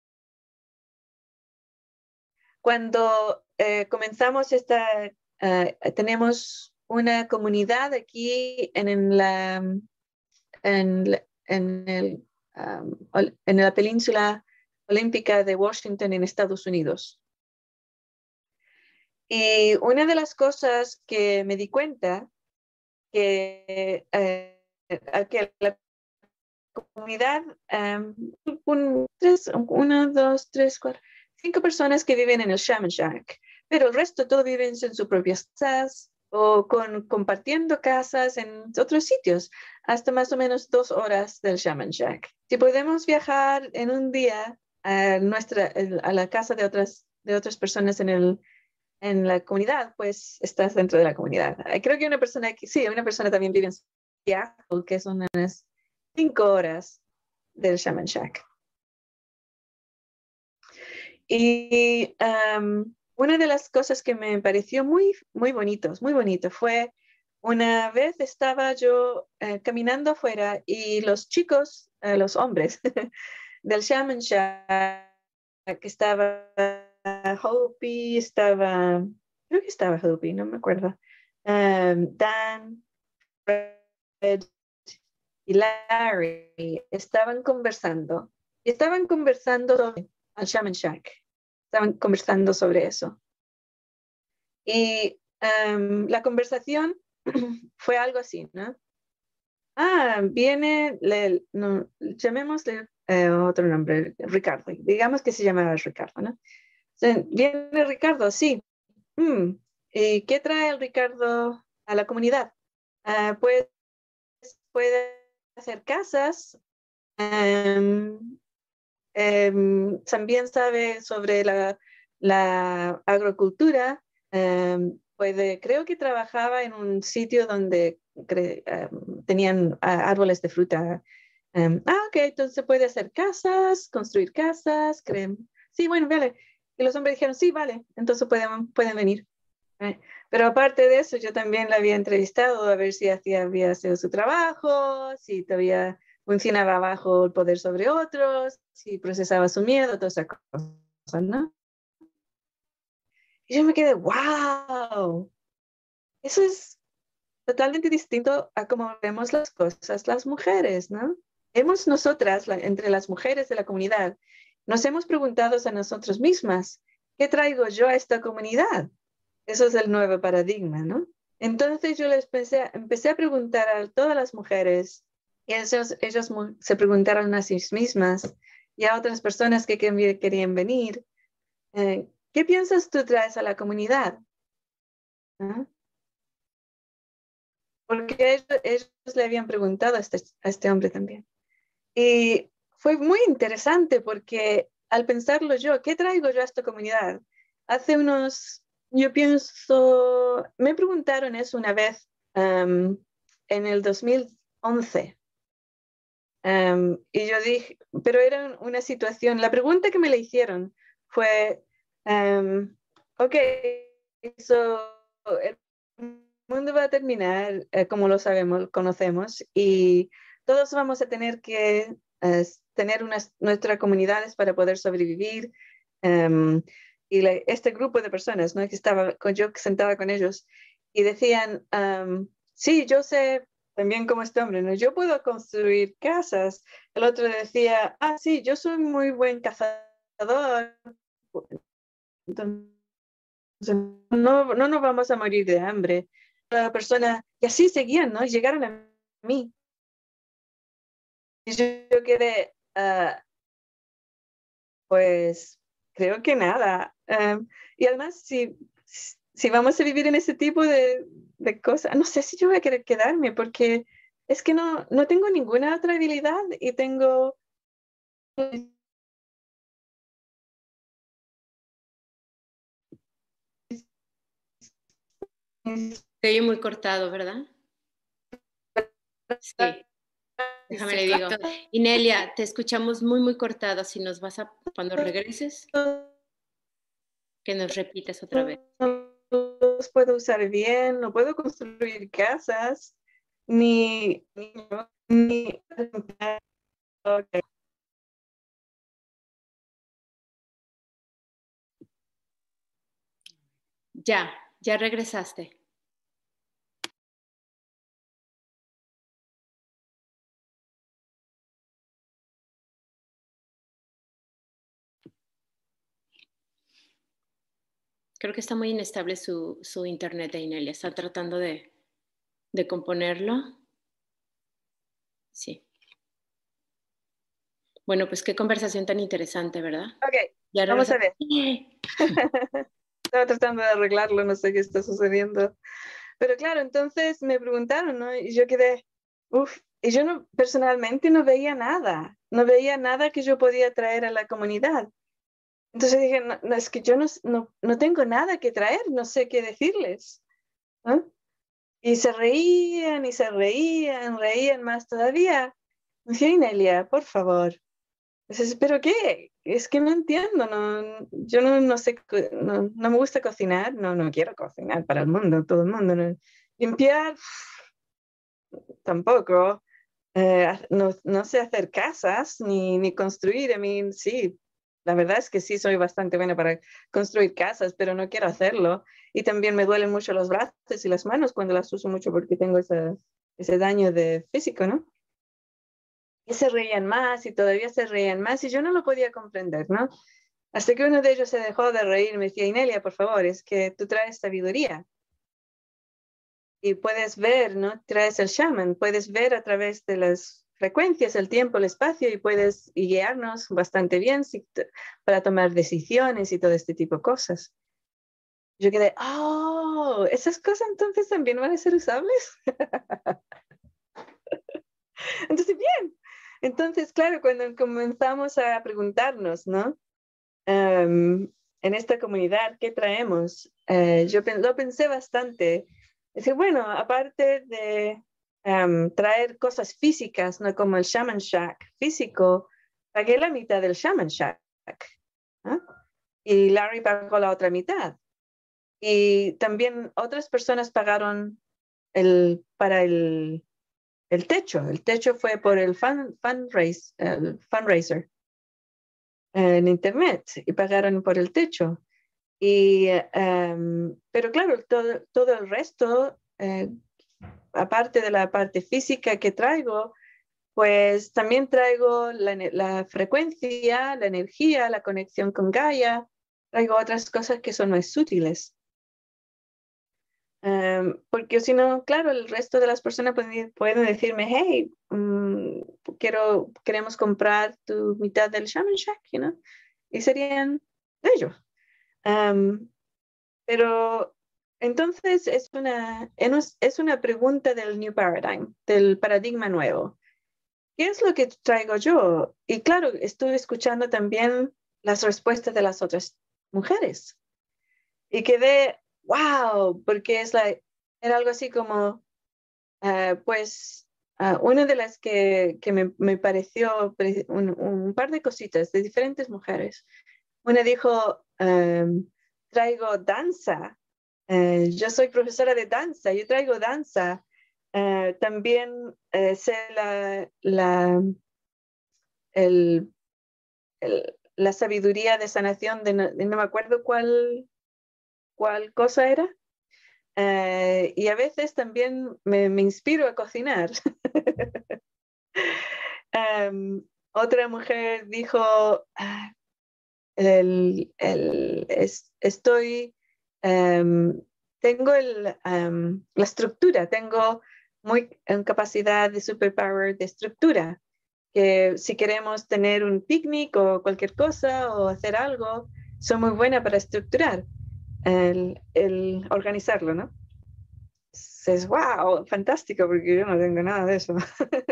Cuando eh, comenzamos esta, uh, tenemos una comunidad aquí en, en, la, en, la, en, el, um, en la península olímpica de Washington en Estados Unidos. Y una de las cosas que me di cuenta que, eh, que la comunidad, um, un, tres, una, dos, tres, cuatro, cinco personas que viven en el Shaman Shack, pero el resto todos viven en sus propias casas o con, compartiendo casas en otros sitios, hasta más o menos dos horas del Shaman Shack. Si podemos viajar en un día a, nuestra, a la casa de otras, de otras personas en el en la comunidad, pues estás dentro de la comunidad. Creo que una persona, que, sí, una persona también vive en Seattle, que son unas cinco horas del Shaman Shack. Y um, una de las cosas que me pareció muy, muy bonitos, muy bonito, fue una vez estaba yo uh, caminando afuera y los chicos, uh, los hombres del Shaman Shack, que estaba Hopi, estaba, creo que estaba Hopi, no me acuerdo, um, Dan, Fred y Larry estaban conversando. Y estaban conversando sobre el Shaman Shack. Estaban conversando sobre eso. Y um, la conversación fue algo así, ¿no? Ah, viene, le, no, llamémosle eh, otro nombre, Ricardo. Digamos que se llamaba Ricardo, ¿no? Viene Ricardo, sí. Mm. ¿Y qué trae el Ricardo a la comunidad? Uh, pues puede hacer casas. Um, um, también sabe sobre la, la agricultura. Um, puede, creo que trabajaba en un sitio donde cre, um, tenían uh, árboles de fruta. Um, ah, ok, entonces puede hacer casas, construir casas. Creen. Sí, bueno, vale. Y los hombres dijeron, sí, vale, entonces pueden, pueden venir. ¿Eh? Pero aparte de eso, yo también la había entrevistado a ver si hacía, había hecho su trabajo, si todavía funcionaba bajo el poder sobre otros, si procesaba su miedo, todas esas cosas, ¿no? Y yo me quedé, wow, eso es totalmente distinto a cómo vemos las cosas las mujeres, ¿no? Hemos nosotras, la, entre las mujeres de la comunidad, nos hemos preguntado a nosotras mismas, ¿qué traigo yo a esta comunidad? Eso es el nuevo paradigma, ¿no? Entonces yo les pensé, empecé a preguntar a todas las mujeres, y ellos, ellos se preguntaron a sí mismas y a otras personas que querían venir, eh, ¿qué piensas tú traes a la comunidad? ¿Ah? Porque ellos, ellos le habían preguntado a este, a este hombre también. Y fue muy interesante porque al pensarlo yo, ¿qué traigo yo a esta comunidad? Hace unos... Yo pienso, me preguntaron eso una vez um, en el dos mil once. Um, y yo dije, pero era una situación, la pregunta que me le hicieron fue, um, ok, so, el mundo va a terminar, eh, como lo sabemos, conocemos, y todos vamos a tener que uh, tener unas, nuestras comunidades para poder sobrevivir. Um, Y la, este grupo de personas, ¿no? Que estaba, yo sentaba con ellos y decían, um, sí, yo sé también como este hombre, ¿no? Yo puedo construir casas. El otro decía, ah, sí, yo soy muy buen cazador. Entonces, no, no nos vamos a morir de hambre. La persona, y así seguían, ¿no? Y llegaron a mí. Y yo, yo quedé, uh, pues, creo que nada. Um, y además, si, si vamos a vivir en ese tipo de, de cosas, no sé si yo voy a querer quedarme, porque es que no, no tengo ninguna otra habilidad y tengo... Te oye muy cortado, ¿verdad? Sí. Déjame le digo. Inelia, te escuchamos muy, muy cortado. Si nos vas a, cuando regreses, que nos repites otra vez. No los puedo usar bien, no puedo construir casas, ni... ni, ni... Okay. Ya, ya regresaste. Creo que está muy inestable su, su internet de Inelia. Está tratando de, de componerlo. Sí. Bueno, pues qué conversación tan interesante, ¿verdad? Ok, ya vamos a ver. Estaba tratando de arreglarlo, no sé qué está sucediendo. Pero claro, entonces me preguntaron, ¿no? Y yo quedé, uff, y yo no, personalmente no veía nada, no veía nada que yo podía traer a la comunidad. Entonces dije, no, no, es que yo no, no, no tengo nada que traer, no sé qué decirles. ¿No? Y se reían y se reían, reían más todavía. Me decía, Inelia, por favor. Entonces, ¿pero qué? Es que no entiendo, no, yo no, no sé, no, no me gusta cocinar, no, no quiero cocinar para el mundo, todo el mundo. No. Limpiar, tampoco. Eh, no, no sé hacer casas ni, ni construir. A mí, sí, la verdad es que sí soy bastante buena para construir casas, pero no quiero hacerlo. Y también me duelen mucho los brazos y las manos cuando las uso mucho porque tengo esa, ese daño de físico, ¿no? Y se reían más y todavía se reían más y yo no lo podía comprender, ¿no? Hasta que uno de ellos se dejó de reír y me decía, Inelia, por favor, es que tú traes sabiduría. Y puedes ver, ¿no? Traes el shaman, puedes ver a través de las frecuencias, el tiempo, el espacio y puedes y guiarnos bastante bien si, para tomar decisiones y todo este tipo de cosas. Yo quedé, oh, esas cosas entonces también van a ser usables. Entonces, bien. Entonces, claro, cuando comenzamos a preguntarnos, ¿no? Um, en esta comunidad, ¿qué traemos? Uh, yo lo pensé bastante. Es que, bueno, aparte de um, traer cosas físicas, ¿no? Como el Shaman Shack físico, pagué la mitad del Shaman Shack. ¿No? Y Larry pagó la otra mitad. Y también otras personas pagaron el, para el, el techo. El techo fue por el fund, fundraise, el fundraiser en internet y pagaron por el techo. Y, um, pero claro, todo, todo el resto, eh, aparte de la parte física que traigo, pues también traigo la, la frecuencia, la energía, la conexión con Gaia, traigo otras cosas que son más útiles. Um, porque si no, claro, el resto de las personas pueden, pueden decirme, hey, um, quiero, queremos comprar tu mitad del Shaman Shack, you know? Y serían de ellos. Um, pero entonces es una, es una pregunta del New Paradigm, del paradigma nuevo. ¿Qué es lo que traigo yo? Y claro, estuve escuchando también las respuestas de las otras mujeres. Y quedé, wow, porque es la, era algo así como, uh, pues, uh, una de las que, que me, me pareció un, un par de cositas de diferentes mujeres. Una dijo, um, traigo danza. Uh, yo soy profesora de danza, yo traigo danza. Uh, también uh, sé la, la, el, el, la sabiduría de sanación, de no, de no me acuerdo cuál, cuál cosa era. Uh, y a veces también me, me inspiro a cocinar. um, otra mujer dijo, uh, el, el, es, estoy, um, tengo el, um, la estructura, tengo muy en capacidad de superpower de estructura, que si queremos tener un picnic o cualquier cosa o hacer algo, soy muy buena para estructurar, el, el organizarlo, ¿no? dices, wow, fantástico, porque yo no tengo nada de eso.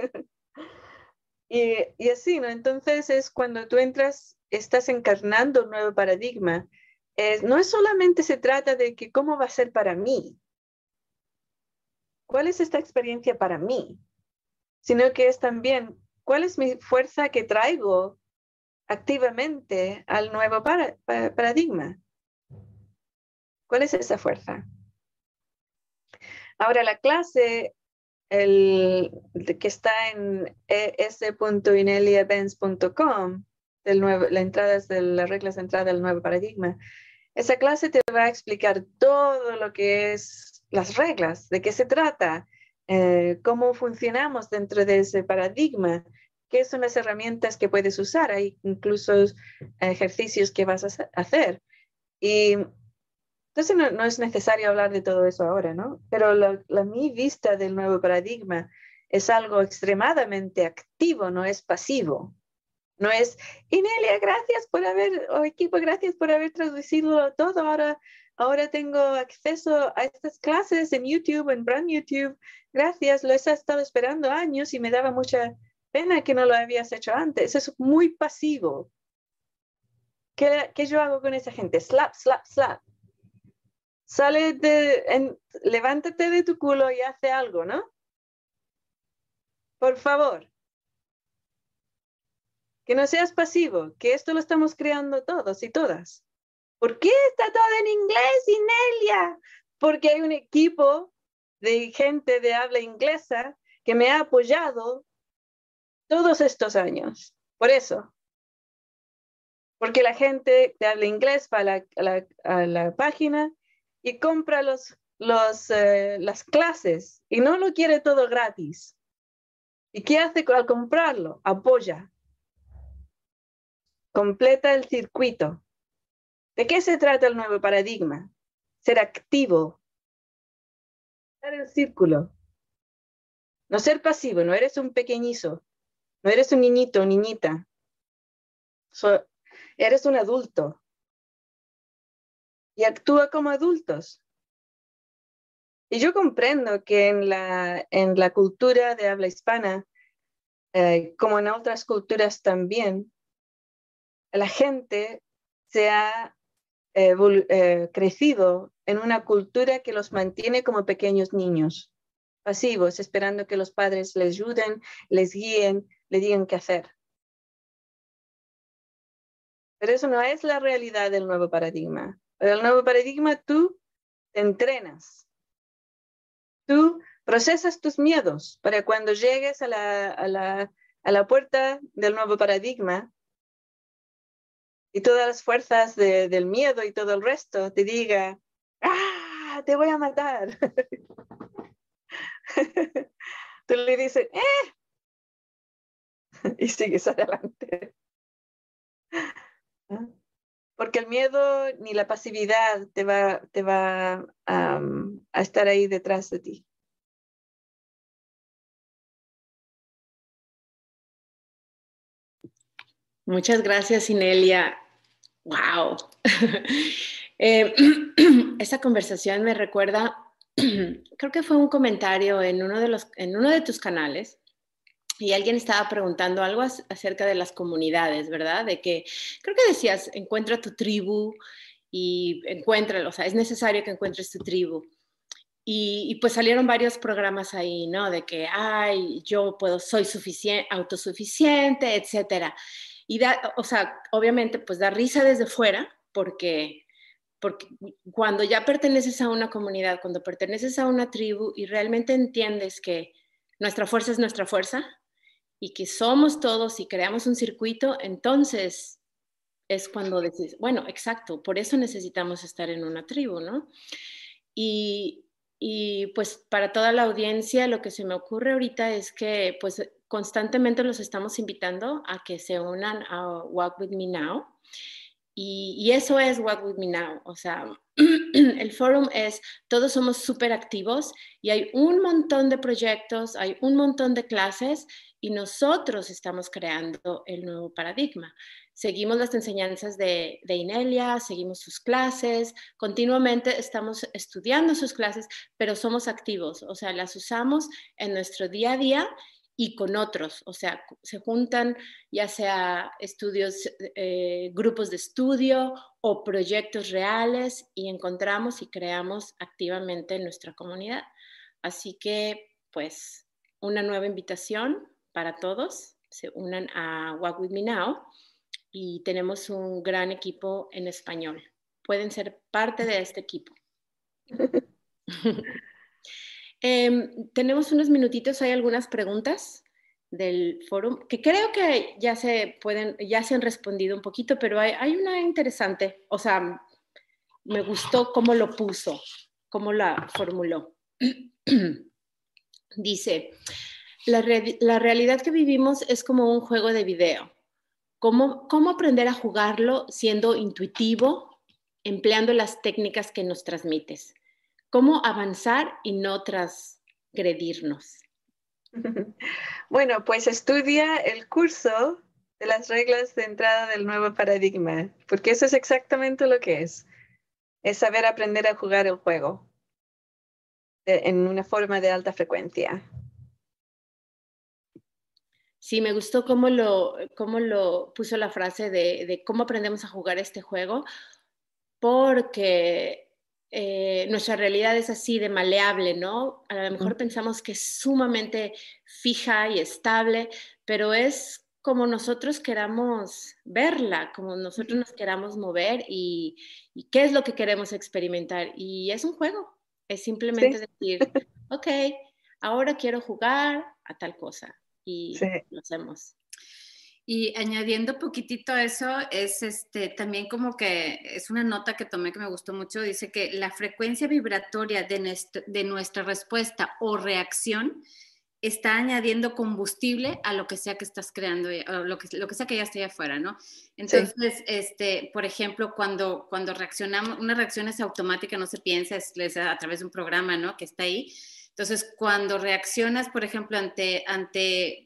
y, y así, ¿no? Entonces es cuando tú entras, estás encarnando un nuevo paradigma. Es, no es solamente se trata de que cómo va a ser para mí, cuál es esta experiencia para mí, sino que es también cuál es mi fuerza que traigo activamente al nuevo para, para, paradigma. ¿Cuál es esa fuerza? Ahora la clase el, que está en e s punto inelia benz punto com, la entrada es de las reglas de entrada del nuevo paradigma, esa clase te va a explicar todo lo que es las reglas, de qué se trata, eh, cómo funcionamos dentro de ese paradigma, qué son las herramientas que puedes usar, hay incluso ejercicios que vas a hacer. Y entonces no, no es necesario hablar de todo eso ahora, ¿no? Pero la, la, mi vista del nuevo paradigma es algo extremadamente activo, no es pasivo. No es, Inelia, gracias por haber, o equipo, gracias por haber traducido todo. Ahora, ahora tengo acceso a estas clases en YouTube, en Brand YouTube. Gracias, lo he estado esperando años y me daba mucha pena que no lo habías hecho antes. Eso es muy pasivo. ¿Qué, qué yo hago con esa gente? Slap, slap, slap. Sale de, en, levántate de tu culo y hace algo, ¿no? Por favor. Que no seas pasivo, que esto lo estamos creando todos y todas. ¿Por qué está todo en inglés, Inelia? Porque hay un equipo de gente de habla inglesa que me ha apoyado todos estos años. Por eso. Porque la gente de habla inglés va a la, a la, a la página y compra los, los, eh, las clases y no lo quiere todo gratis. ¿Y qué hace al comprarlo? Apoya. Completa el circuito. ¿De qué se trata el nuevo paradigma? Ser activo. Dar el círculo. No ser pasivo, no eres un pequeñizo. No eres un niñito o niñita. So, eres un adulto. Y actúa como adultos. Y yo comprendo que en la, en la cultura de habla hispana, eh, como en otras culturas también, la gente se ha eh, eh, crecido en una cultura que los mantiene como pequeños niños, pasivos, esperando que los padres les ayuden, les guíen, le digan qué hacer. Pero eso no es la realidad del nuevo paradigma. En el nuevo paradigma tú te entrenas. Tú procesas tus miedos para cuando llegues a la, a la, a la puerta del nuevo paradigma y todas las fuerzas de, del miedo y todo el resto te diga, ¡ah, te voy a matar! Tú le dices, ¡eh! Y sigues adelante. Porque el miedo ni la pasividad te va, te va um, a estar ahí detrás de ti. Muchas gracias, Inelia. ¡Wow! eh, esta conversación me recuerda, creo que fue un comentario en uno de, los, en uno de tus canales, y alguien estaba preguntando algo acerca de las comunidades, ¿verdad? De que, creo que decías, encuentra tu tribu y encuéntralo, o sea, es necesario que encuentres tu tribu. Y, y pues salieron varios programas ahí, ¿no? De que, ay, yo puedo, soy suficiente, autosuficiente, etcétera. Y da, o sea, obviamente, pues da risa desde fuera, porque, porque cuando ya perteneces a una comunidad, cuando perteneces a una tribu y realmente entiendes que nuestra fuerza es nuestra fuerza y que somos todos y creamos un circuito, entonces es cuando decís, bueno, exacto, por eso necesitamos estar en una tribu, ¿no? Y, y pues para toda la audiencia lo que se me ocurre ahorita es que pues constantemente los estamos invitando a que se unan a Walk With Me Now. Y, y eso es Walk With Me Now. O sea, el fórum es, todos somos súper activos y hay un montón de proyectos, hay un montón de clases y nosotros estamos creando el nuevo paradigma. seguimos las enseñanzas de, de Inelia, seguimos sus clases, continuamente estamos estudiando sus clases, pero somos activos, o sea, las usamos en nuestro día a día y con otros, o sea, se juntan ya sea estudios, eh, grupos de estudio o proyectos reales y encontramos y creamos activamente en nuestra comunidad. Así que, pues, una nueva invitación para todos, se unan a Walk With Me Now y tenemos un gran equipo en español. Pueden ser parte de este equipo. eh, tenemos unos minutitos, hay algunas preguntas del foro que creo que ya se pueden, ya se han respondido un poquito, pero hay, hay una interesante, o sea, me gustó cómo lo puso, cómo la formuló. Dice, la, re la realidad que vivimos es como un juego de video. ¿Cómo, ¿Cómo aprender a jugarlo siendo intuitivo, empleando las técnicas que nos transmites? ¿Cómo avanzar y no transgredirnos? Bueno, pues estudia el curso de las reglas de entrada del nuevo paradigma, porque eso es exactamente lo que es. Es saber aprender a jugar el juego de, en una forma de alta frecuencia. Sí, me gustó cómo lo, cómo lo puso la frase de, de cómo aprendemos a jugar este juego, porque eh, nuestra realidad es así de maleable, ¿no? A lo mejor pensamos que es sumamente fija y estable, pero es como nosotros queramos verla, como nosotros nos queramos mover y, y qué es lo que queremos experimentar. Y es un juego, es simplemente sí. decir, ok, ahora quiero jugar a tal cosa y sí. lo hacemos. Y añadiendo poquitito a eso, es este, también como que es una nota que tomé que me gustó mucho, dice que la frecuencia vibratoria de nuestra, de nuestra respuesta o reacción está añadiendo combustible a lo que sea que estás creando, o lo que, lo que sea que ya esté allá afuera, ¿no? Entonces, sí. este, por ejemplo, cuando, cuando reaccionamos, una reacción es automática, no se piensa, es, es a través de un programa, ¿no? Que está ahí. Entonces, cuando reaccionas, por ejemplo, ante... ante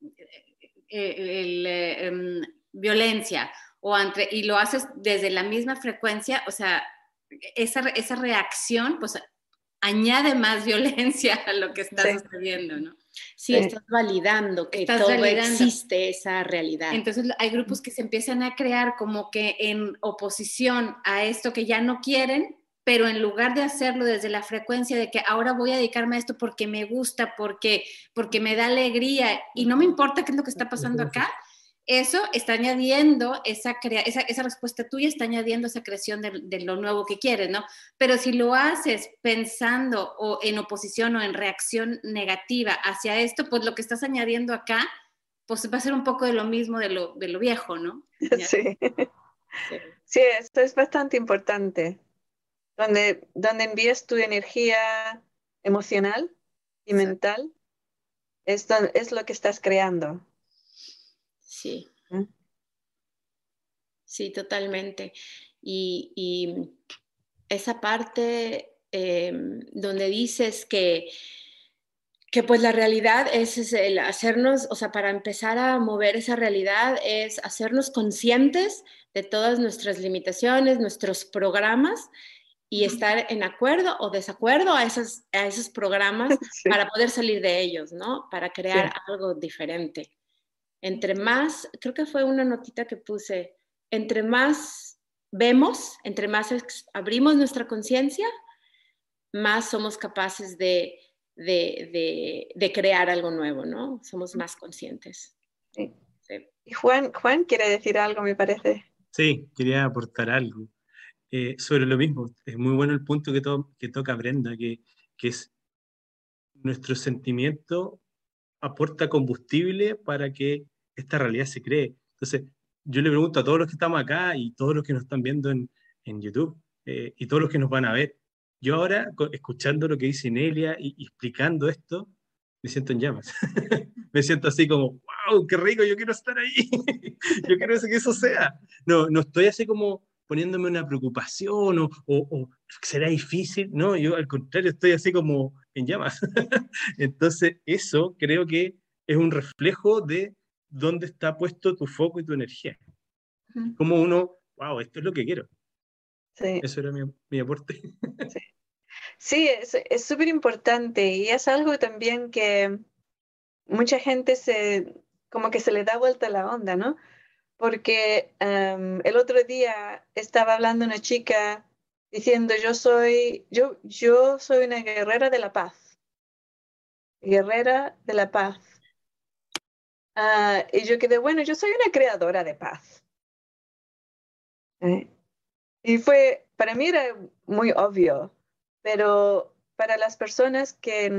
El, eh, um, violencia o entre, y lo haces desde la misma frecuencia, o sea, esa, esa reacción pues añade más violencia a lo que está sí. sucediendo, ¿no? Sí, sí, estás validando que estás todo validando. Existe esa realidad. Entonces hay grupos que se empiezan a crear como que en oposición a esto que ya no quieren, pero en lugar de hacerlo desde la frecuencia de que ahora voy a dedicarme a esto porque me gusta, porque, porque me da alegría y no me importa qué es lo que está pasando acá, eso está añadiendo, esa, crea esa, esa respuesta tuya está añadiendo esa creación de, de lo nuevo que quieres, ¿no? Pero si lo haces pensando o en oposición o en reacción negativa hacia esto, pues lo que estás añadiendo acá, pues va a ser un poco de lo mismo de lo, de lo viejo, ¿no? Sí. Sí, sí, esto es bastante importante. Donde, donde envías tu energía emocional y mental, es, es lo que estás creando. Sí. ¿Mm? Sí, totalmente. Y, y esa parte eh, donde dices que, que pues la realidad es, es el hacernos, o sea, para empezar a mover esa realidad es hacernos conscientes de todas nuestras limitaciones, nuestros programas, y estar en acuerdo o desacuerdo a esos, a esos programas sí. para poder salir de ellos, ¿no? Para crear sí. algo diferente. Entre más, creo que fue una notita que puse, entre más vemos, entre más abrimos nuestra conciencia, más somos capaces de, de, de, de crear algo nuevo, ¿no? Somos más conscientes. Sí. Sí. Y Juan, Juan quiere decir algo, me parece. Sí, quería aportar algo. Eh, sobre lo mismo, es muy bueno el punto que, to que toca Brenda, que, que es nuestro sentimiento aporta combustible para que esta realidad se cree. Entonces, yo le pregunto a todos los que estamos acá y todos los que nos están viendo en, en YouTube eh, y todos los que nos van a ver, yo ahora, escuchando lo que dice Inelia y, y explicando esto, me siento en llamas. Me siento así como, wow, qué rico, yo quiero estar ahí. Yo quiero que eso sea. No, no estoy así como poniéndome una preocupación o, o, o será difícil. No, yo al contrario estoy así como en llamas. Entonces eso creo que es un reflejo de dónde está puesto tu foco y tu energía. Como uno, wow, esto es lo que quiero. Sí. Eso era mi, mi aporte. Sí, sí, es, es súper importante y es algo también que mucha gente se, como que se le da vuelta la onda, ¿no? Porque um, el otro día estaba hablando una chica diciendo, yo soy, yo, yo soy una guerrera de la paz, guerrera de la paz. Uh, y yo quedé, bueno, yo soy una creadora de paz. ¿Eh? Y fue, para mí era muy obvio, pero para las personas que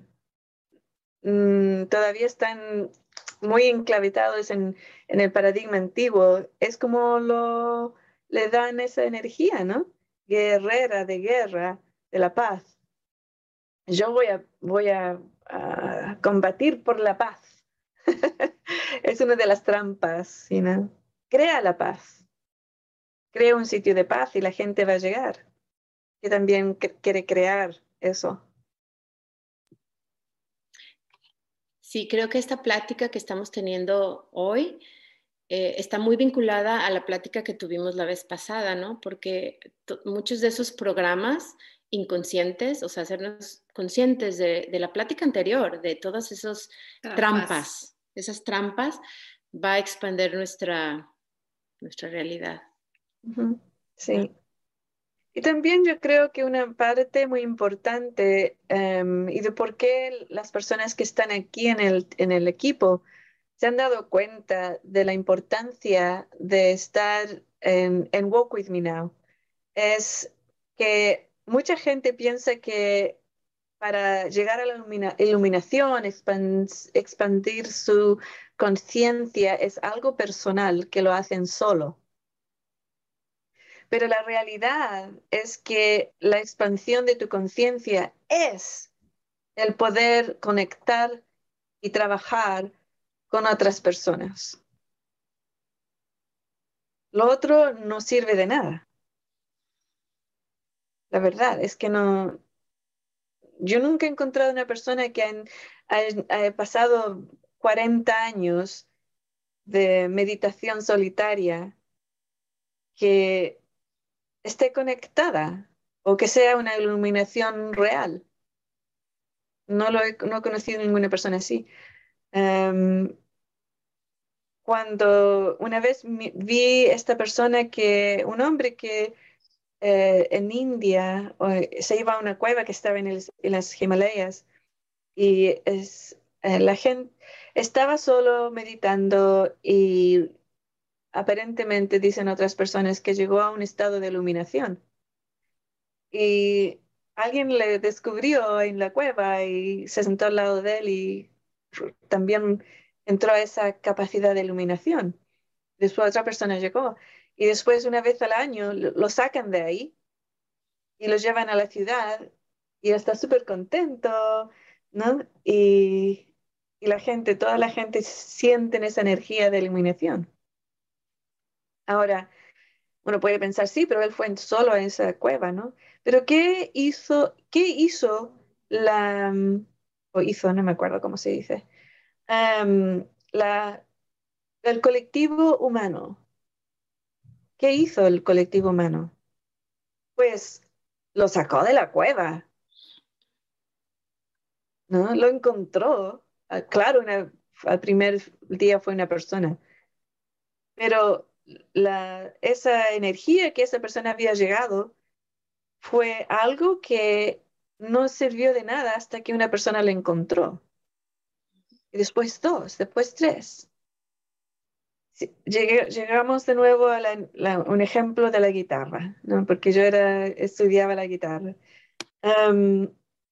mm, todavía están muy enclavetados en, en el paradigma antiguo, es como lo, le dan esa energía, ¿no? Guerrera de guerra, de la paz. Yo voy a, voy a, a combatir por la paz. Es una de las trampas, ¿no? Crea la paz. Crea un sitio de paz y la gente va a llegar. Que también quiere crear eso. Sí, creo que esta plática que estamos teniendo hoy eh, está muy vinculada a la plática que tuvimos la vez pasada, ¿no? Porque muchos de esos programas inconscientes, o sea, hacernos conscientes de, de la plática anterior, de todas esas trampas. trampas, esas trampas, va a expandir nuestra, nuestra realidad. Uh-huh. Sí. Y también yo creo que una parte muy importante um, y de por qué las personas que están aquí en el, en el equipo se han dado cuenta de la importancia de estar en, en Walk With Me Now es que mucha gente piensa que para llegar a la ilumina- iluminación, expand- expandir su conciencia es algo personal que lo hacen solo. Pero la realidad es que la expansión de tu conciencia es el poder conectar y trabajar con otras personas. Lo otro no sirve de nada. La verdad es que no. Yo nunca he encontrado una persona que han, ha, ha pasado cuarenta años de meditación solitaria que esté conectada o que sea una iluminación real. No lo he, no he conocido ninguna persona así. Um, cuando una vez mi, vi esta persona que, un hombre que eh, en India eh, se iba a una cueva que estaba en, el, en las Himalayas y es, eh, la gente estaba solo meditando y aparentemente dicen otras personas que llegó a un estado de iluminación. Y alguien le descubrió en la cueva y se sentó al lado de él y también entró a esa capacidad de iluminación. Después otra persona llegó y después una vez al año lo, lo sacan de ahí y lo llevan a la ciudad y está súper contento, ¿no? Y, y la gente, toda la gente siente esa energía de iluminación. Ahora, uno puede pensar, sí, pero él fue solo a esa cueva, ¿no? Pero ¿qué hizo, qué hizo la, o hizo, no me acuerdo cómo se dice, um, la, el colectivo humano? ¿Qué hizo el colectivo humano? Pues lo sacó de la cueva, ¿no? Lo encontró. Ah, claro, una, al primer día fue una persona, pero la, esa energía que esa persona había llegado fue algo que no sirvió de nada hasta que una persona lo encontró. Y después dos, después tres. Sí, llegué- llegamos de nuevo a la- la- un ejemplo de la guitarra, ¿no? Porque yo era, estudiaba la guitarra. Um,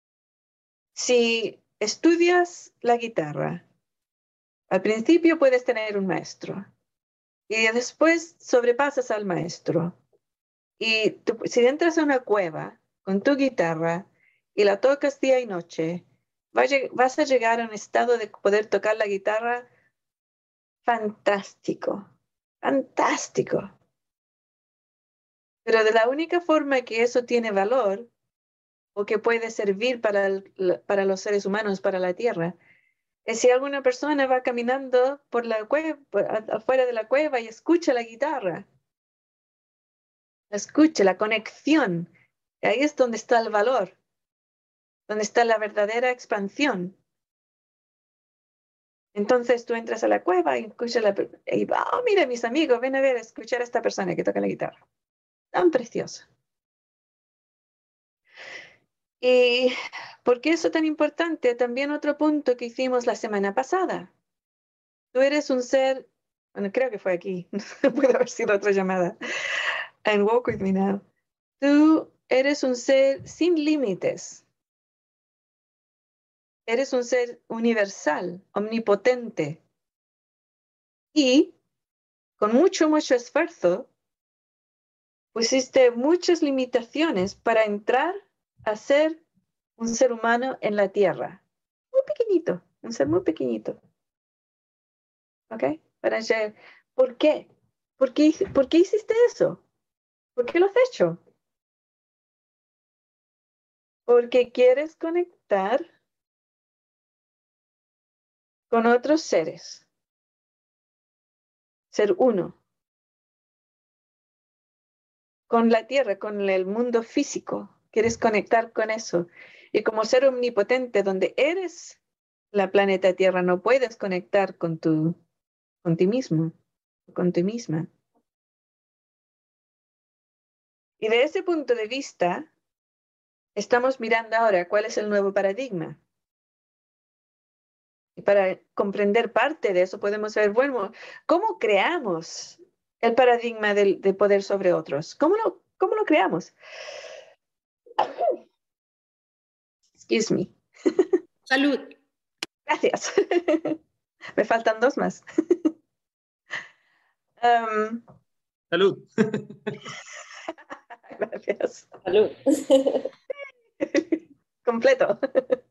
si estudias la guitarra, al principio puedes tener un maestro y después sobrepasas al maestro. Y tú- si entras a una cueva con tu guitarra y la tocas día y noche, va a lleg- vas a llegar a un estado de poder tocar la guitarra fantástico, fantástico. Pero de la única forma que eso tiene valor o que puede servir para, el- para los seres humanos, para la tierra, Si alguna persona va caminando por la cueva, afuera de la cueva y escucha la guitarra, escucha la conexión, ahí es donde está el valor, donde está la verdadera expansión. Entonces tú entras a la cueva y escuchas la, y oh, mira mis amigos, ven a ver, a escuchar a esta persona que toca la guitarra. Tan preciosa. ¿Y por qué eso es tan importante? También otro punto que hicimos la semana pasada. Tú eres un ser, bueno, creo que fue aquí, puede haber sido otra llamada. And walk with me now. Tú eres un ser sin límites. Eres un ser universal, omnipotente. Y con mucho, mucho esfuerzo, pusiste muchas limitaciones para entrar a ser un ser humano en la Tierra. Muy pequeñito, un ser muy pequeñito. ¿Ok? Para ser, ¿por qué? ¿Por qué, ¿Por qué hiciste eso? ¿Por qué lo has hecho? Porque quieres conectar con otros seres. Ser uno. Con la Tierra, con el mundo físico. Quieres conectar con eso. Y como ser omnipotente, donde eres la planeta Tierra, no puedes conectar con tu, con ti mismo, con ti misma. Y de ese punto de vista, estamos mirando ahora cuál es el nuevo paradigma. Y para comprender parte de eso podemos ver, bueno, ¿cómo creamos el paradigma del, de poder sobre otros? ¿Cómo lo, cómo lo creamos? Excuse me. Salud. Gracias. Me faltan dos más. um, Salud. Gracias. Salud. Completo.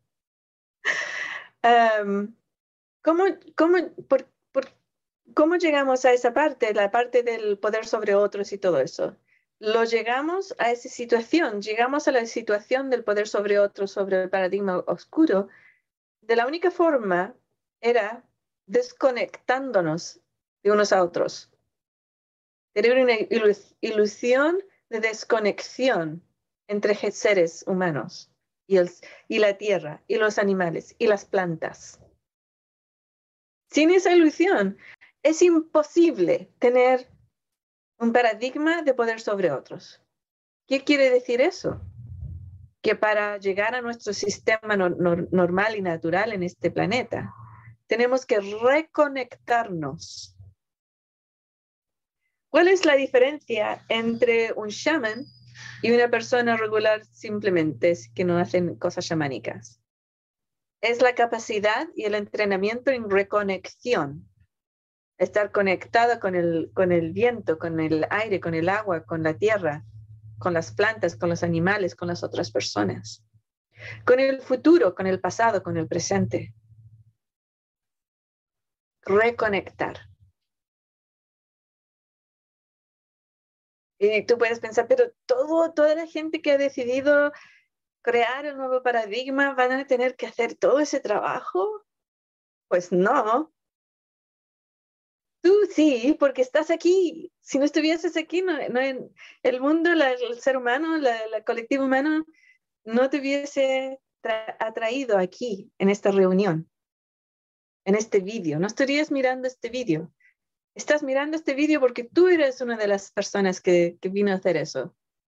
um, ¿cómo, cómo, por, por, ¿Cómo llegamos a esa parte, la parte del poder sobre otros y todo eso? Lo llegamos a esa situación, llegamos a la situación del poder sobre otros, sobre el paradigma oscuro, de la única forma era desconectándonos de unos a otros. Tener una ilusión de desconexión entre seres humanos y, el, y la tierra, y los animales, y las plantas. Sin esa ilusión, es imposible tener un paradigma de poder sobre otros. ¿Qué quiere decir eso? Que para llegar a nuestro sistema no, no, normal y natural en este planeta, tenemos que reconectarnos. ¿Cuál es la diferencia entre un shaman y una persona regular simplemente que no hacen cosas chamánicas? Es la capacidad y el entrenamiento en reconexión. Estar conectado con el, con el viento, con el aire, con el agua, con la tierra, con las plantas, con los animales, con las otras personas. Con el futuro, con el pasado, con el presente. Reconectar. Y tú puedes pensar, pero todo, toda la gente que ha decidido crear el nuevo paradigma van a tener que hacer todo ese trabajo. Pues no. Tú sí, porque estás aquí. Si no estuvieses aquí, no, no, el mundo, la, el ser humano, la, la colectivo humano, no te hubiese atraído aquí, en esta reunión, en este vídeo. No estarías mirando este vídeo. Estás mirando este vídeo porque tú eres una de las personas que, que vino a hacer eso.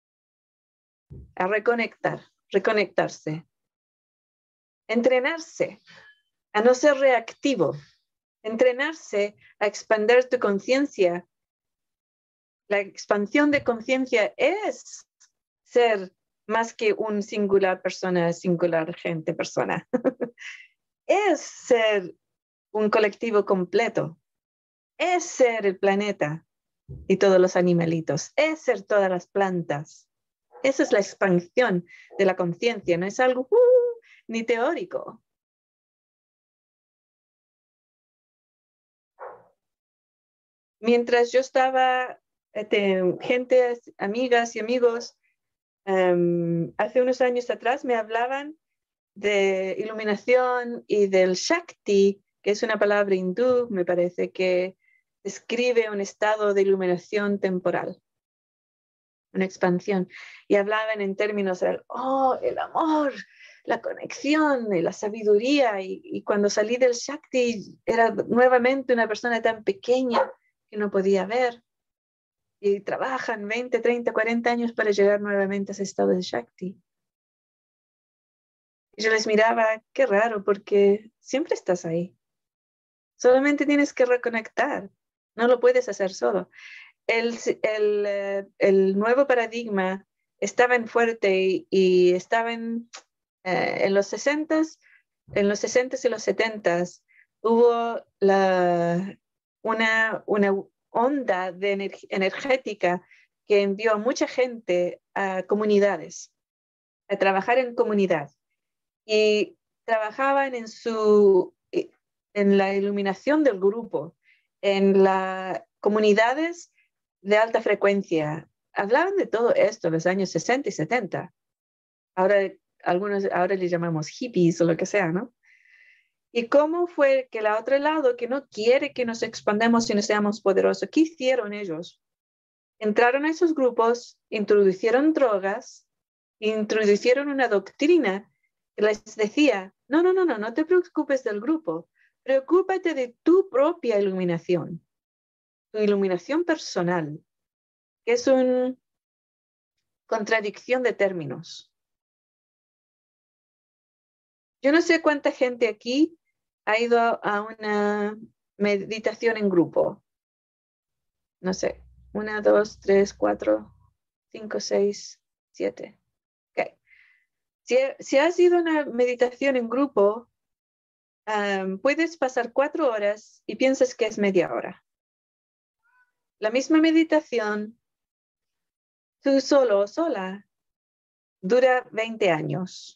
A reconectar, reconectarse. Entrenarse a no ser reactivo. Entrenarse a expandir tu conciencia. La expansión de conciencia es ser más que un singular persona, singular gente, persona. Es ser un colectivo completo. Es ser el planeta y todos los animalitos. Es ser todas las plantas. Esa es la expansión de la conciencia. No es algo uh, ni teórico. Mientras yo estaba, este, gente, amigas y amigos, um, hace unos años atrás me hablaban de iluminación y del Shakti, que es una palabra hindú, me parece, que describe un estado de iluminación temporal, una expansión. Y hablaban en términos de, oh, el amor, la conexión y la sabiduría. Y, y cuando salí del Shakti era nuevamente una persona tan pequeña que no podía ver. Y trabajan veinte, treinta, cuarenta años para llegar nuevamente a ese estado de Shakti. Y yo les miraba, qué raro, porque siempre estás ahí. Solamente tienes que reconectar. No lo puedes hacer solo. El, el, el nuevo paradigma estaba en fuerte y, y estaba en, eh, en los sesentas, en los sesentas y los setentas hubo la, una, una onda de ener, energética que envió a mucha gente a comunidades, a trabajar en comunidad. Y trabajaban en, su, en la iluminación del grupo, en las comunidades de alta frecuencia. Hablaban de todo esto en los años sesenta y setenta. Ahora, algunos, ahora le llamamos hippies o lo que sea, ¿no? Y cómo fue que el otro lado, que no quiere que nos expandamos y no seamos poderosos, ¿qué hicieron ellos? Entraron a esos grupos, introducieron drogas, introducieron una doctrina que les decía, no, no, no, no, no te preocupes del grupo, preocúpate de tu propia iluminación, tu iluminación personal, que es una contradicción de términos. Yo no sé cuánta gente aquí ha ido a una meditación en grupo. No sé, una, dos, tres, cuatro, cinco, seis, siete. Okay. Si, si has ido a una meditación en grupo, um, puedes pasar cuatro horas y piensas que es media hora. La misma meditación, tú solo o sola, dura veinte años.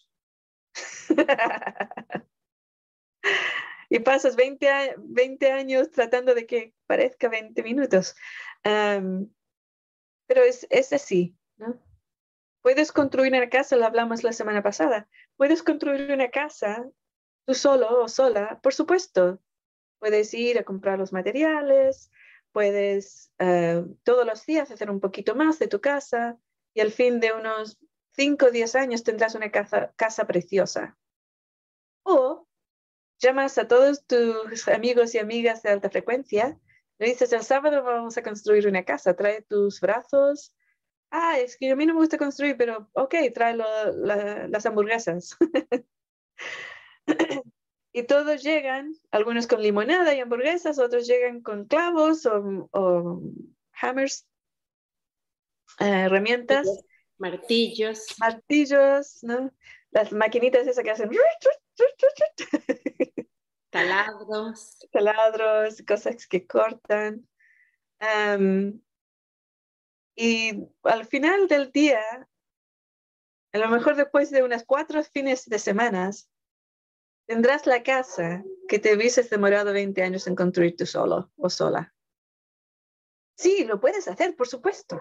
Y pasas veinte, veinte años tratando de que parezca veinte minutos. Um, pero es, es así, ¿no? Puedes construir una casa, lo hablamos la semana pasada. Puedes construir una casa tú solo o sola, por supuesto. Puedes ir a comprar los materiales, puedes uh, todos los días hacer un poquito más de tu casa y al fin de unos cinco o diez años tendrás una casa, casa preciosa. O llamas a todos tus amigos y amigas de alta frecuencia, le dices, el sábado vamos a construir una casa, trae tus brazos. Ah, es que a mí no me gusta construir, pero ok, trae lo, la, las hamburguesas. Y todos llegan, algunos con limonada y hamburguesas, otros llegan con clavos o, o hammers, eh, herramientas. Martillos. Martillos, ¿no? Las maquinitas esas que hacen... Taladros. Taladros, cosas que cortan. Um, y al final del día, a lo mejor después de unas cuatro fines de semana, tendrás la casa que te hubieses demorado veinte años en construir tú solo o sola. Sí, lo puedes hacer, por supuesto.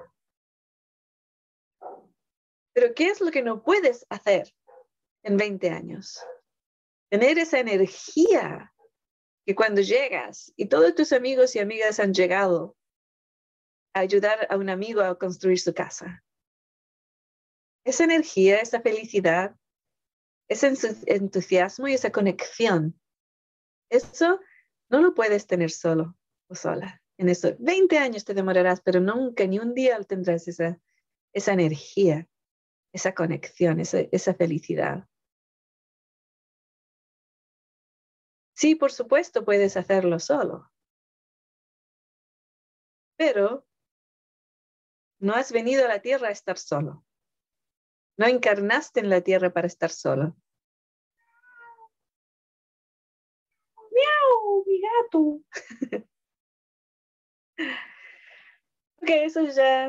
Pero ¿qué es lo que no puedes hacer en veinte años? Tener esa energía que cuando llegas y todos tus amigos y amigas han llegado a ayudar a un amigo a construir su casa. Esa energía, esa felicidad, ese entusiasmo y esa conexión, eso no lo puedes tener solo o sola. En eso, veinte años te demorarás, pero nunca, ni un día tendrás esa, esa energía, esa conexión, esa, esa felicidad. Sí, por supuesto, puedes hacerlo solo. Pero no has venido a la tierra a estar solo. No encarnaste en la tierra para estar solo. ¡Miau! ¡Mi gato! Ok, eso ya...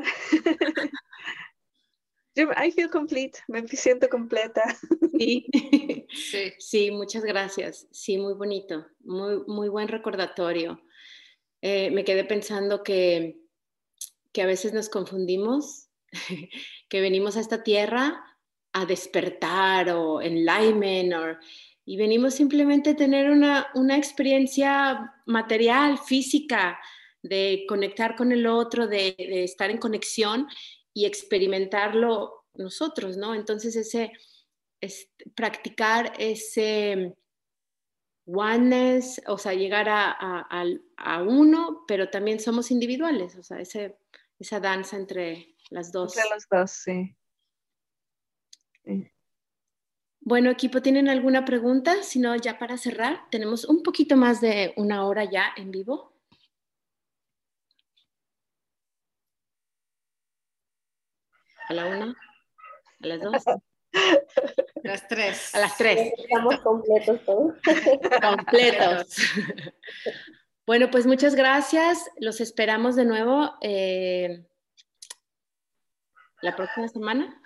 I feel complete. Me siento completa. Sí. Sí. Sí, muchas gracias. Sí, muy bonito. Muy, muy buen recordatorio. Eh, me quedé pensando que, que a veces nos confundimos, que venimos a esta tierra a despertar o enlightenment, or, y venimos simplemente a tener una, una experiencia material, física, de conectar con el otro, de, de estar en conexión y experimentarlo nosotros, ¿no? Entonces ese, es, practicar ese oneness, o sea, llegar a, a, a uno, pero también somos individuales, o sea, ese, esa danza entre las dos. Entre los dos, sí. sí. Bueno, equipo, ¿tienen alguna pregunta? Si no, ya para cerrar, tenemos un poquito más de una hora ya en vivo. ¿A la una? ¿A las dos? Las tres. A las tres. Estamos completos todos. Completos. Bueno, pues muchas gracias. Los esperamos de nuevo eh, la próxima semana.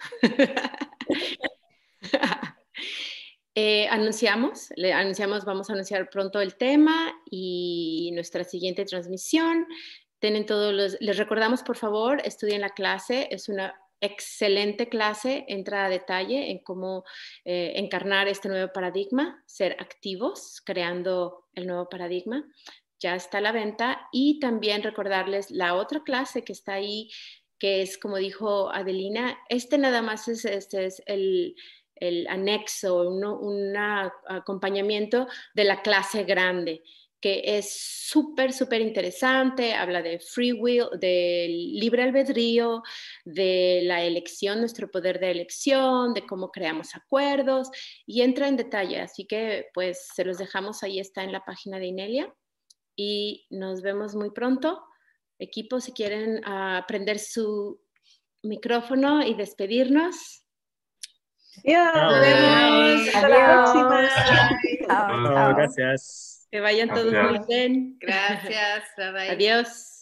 eh, anunciamos, le anunciamos, vamos a anunciar pronto el tema y nuestra siguiente transmisión. Tienen todos los, les recordamos, por favor, estudien la clase. Es una excelente clase, entra a detalle en cómo eh, encarnar este nuevo paradigma, ser activos, creando el nuevo paradigma. Ya está a la venta. Y también recordarles la otra clase que está ahí, que es, como dijo Adelina, este nada más es, este es el, el anexo, un acompañamiento de la clase grande, que es súper, súper interesante, habla de free will, del libre albedrío, de la elección, nuestro poder de elección, de cómo creamos acuerdos, y entra en detalle, así que pues se los dejamos, ahí está en la página de Inelia, y nos vemos muy pronto. Equipo, si quieren uh, prender su micrófono y despedirnos. Yeah, nos vemos. Hasta la próxima. Chao, chao. Gracias. Que vayan todos Gracias. muy bien. Gracias. Bye bye. Adiós.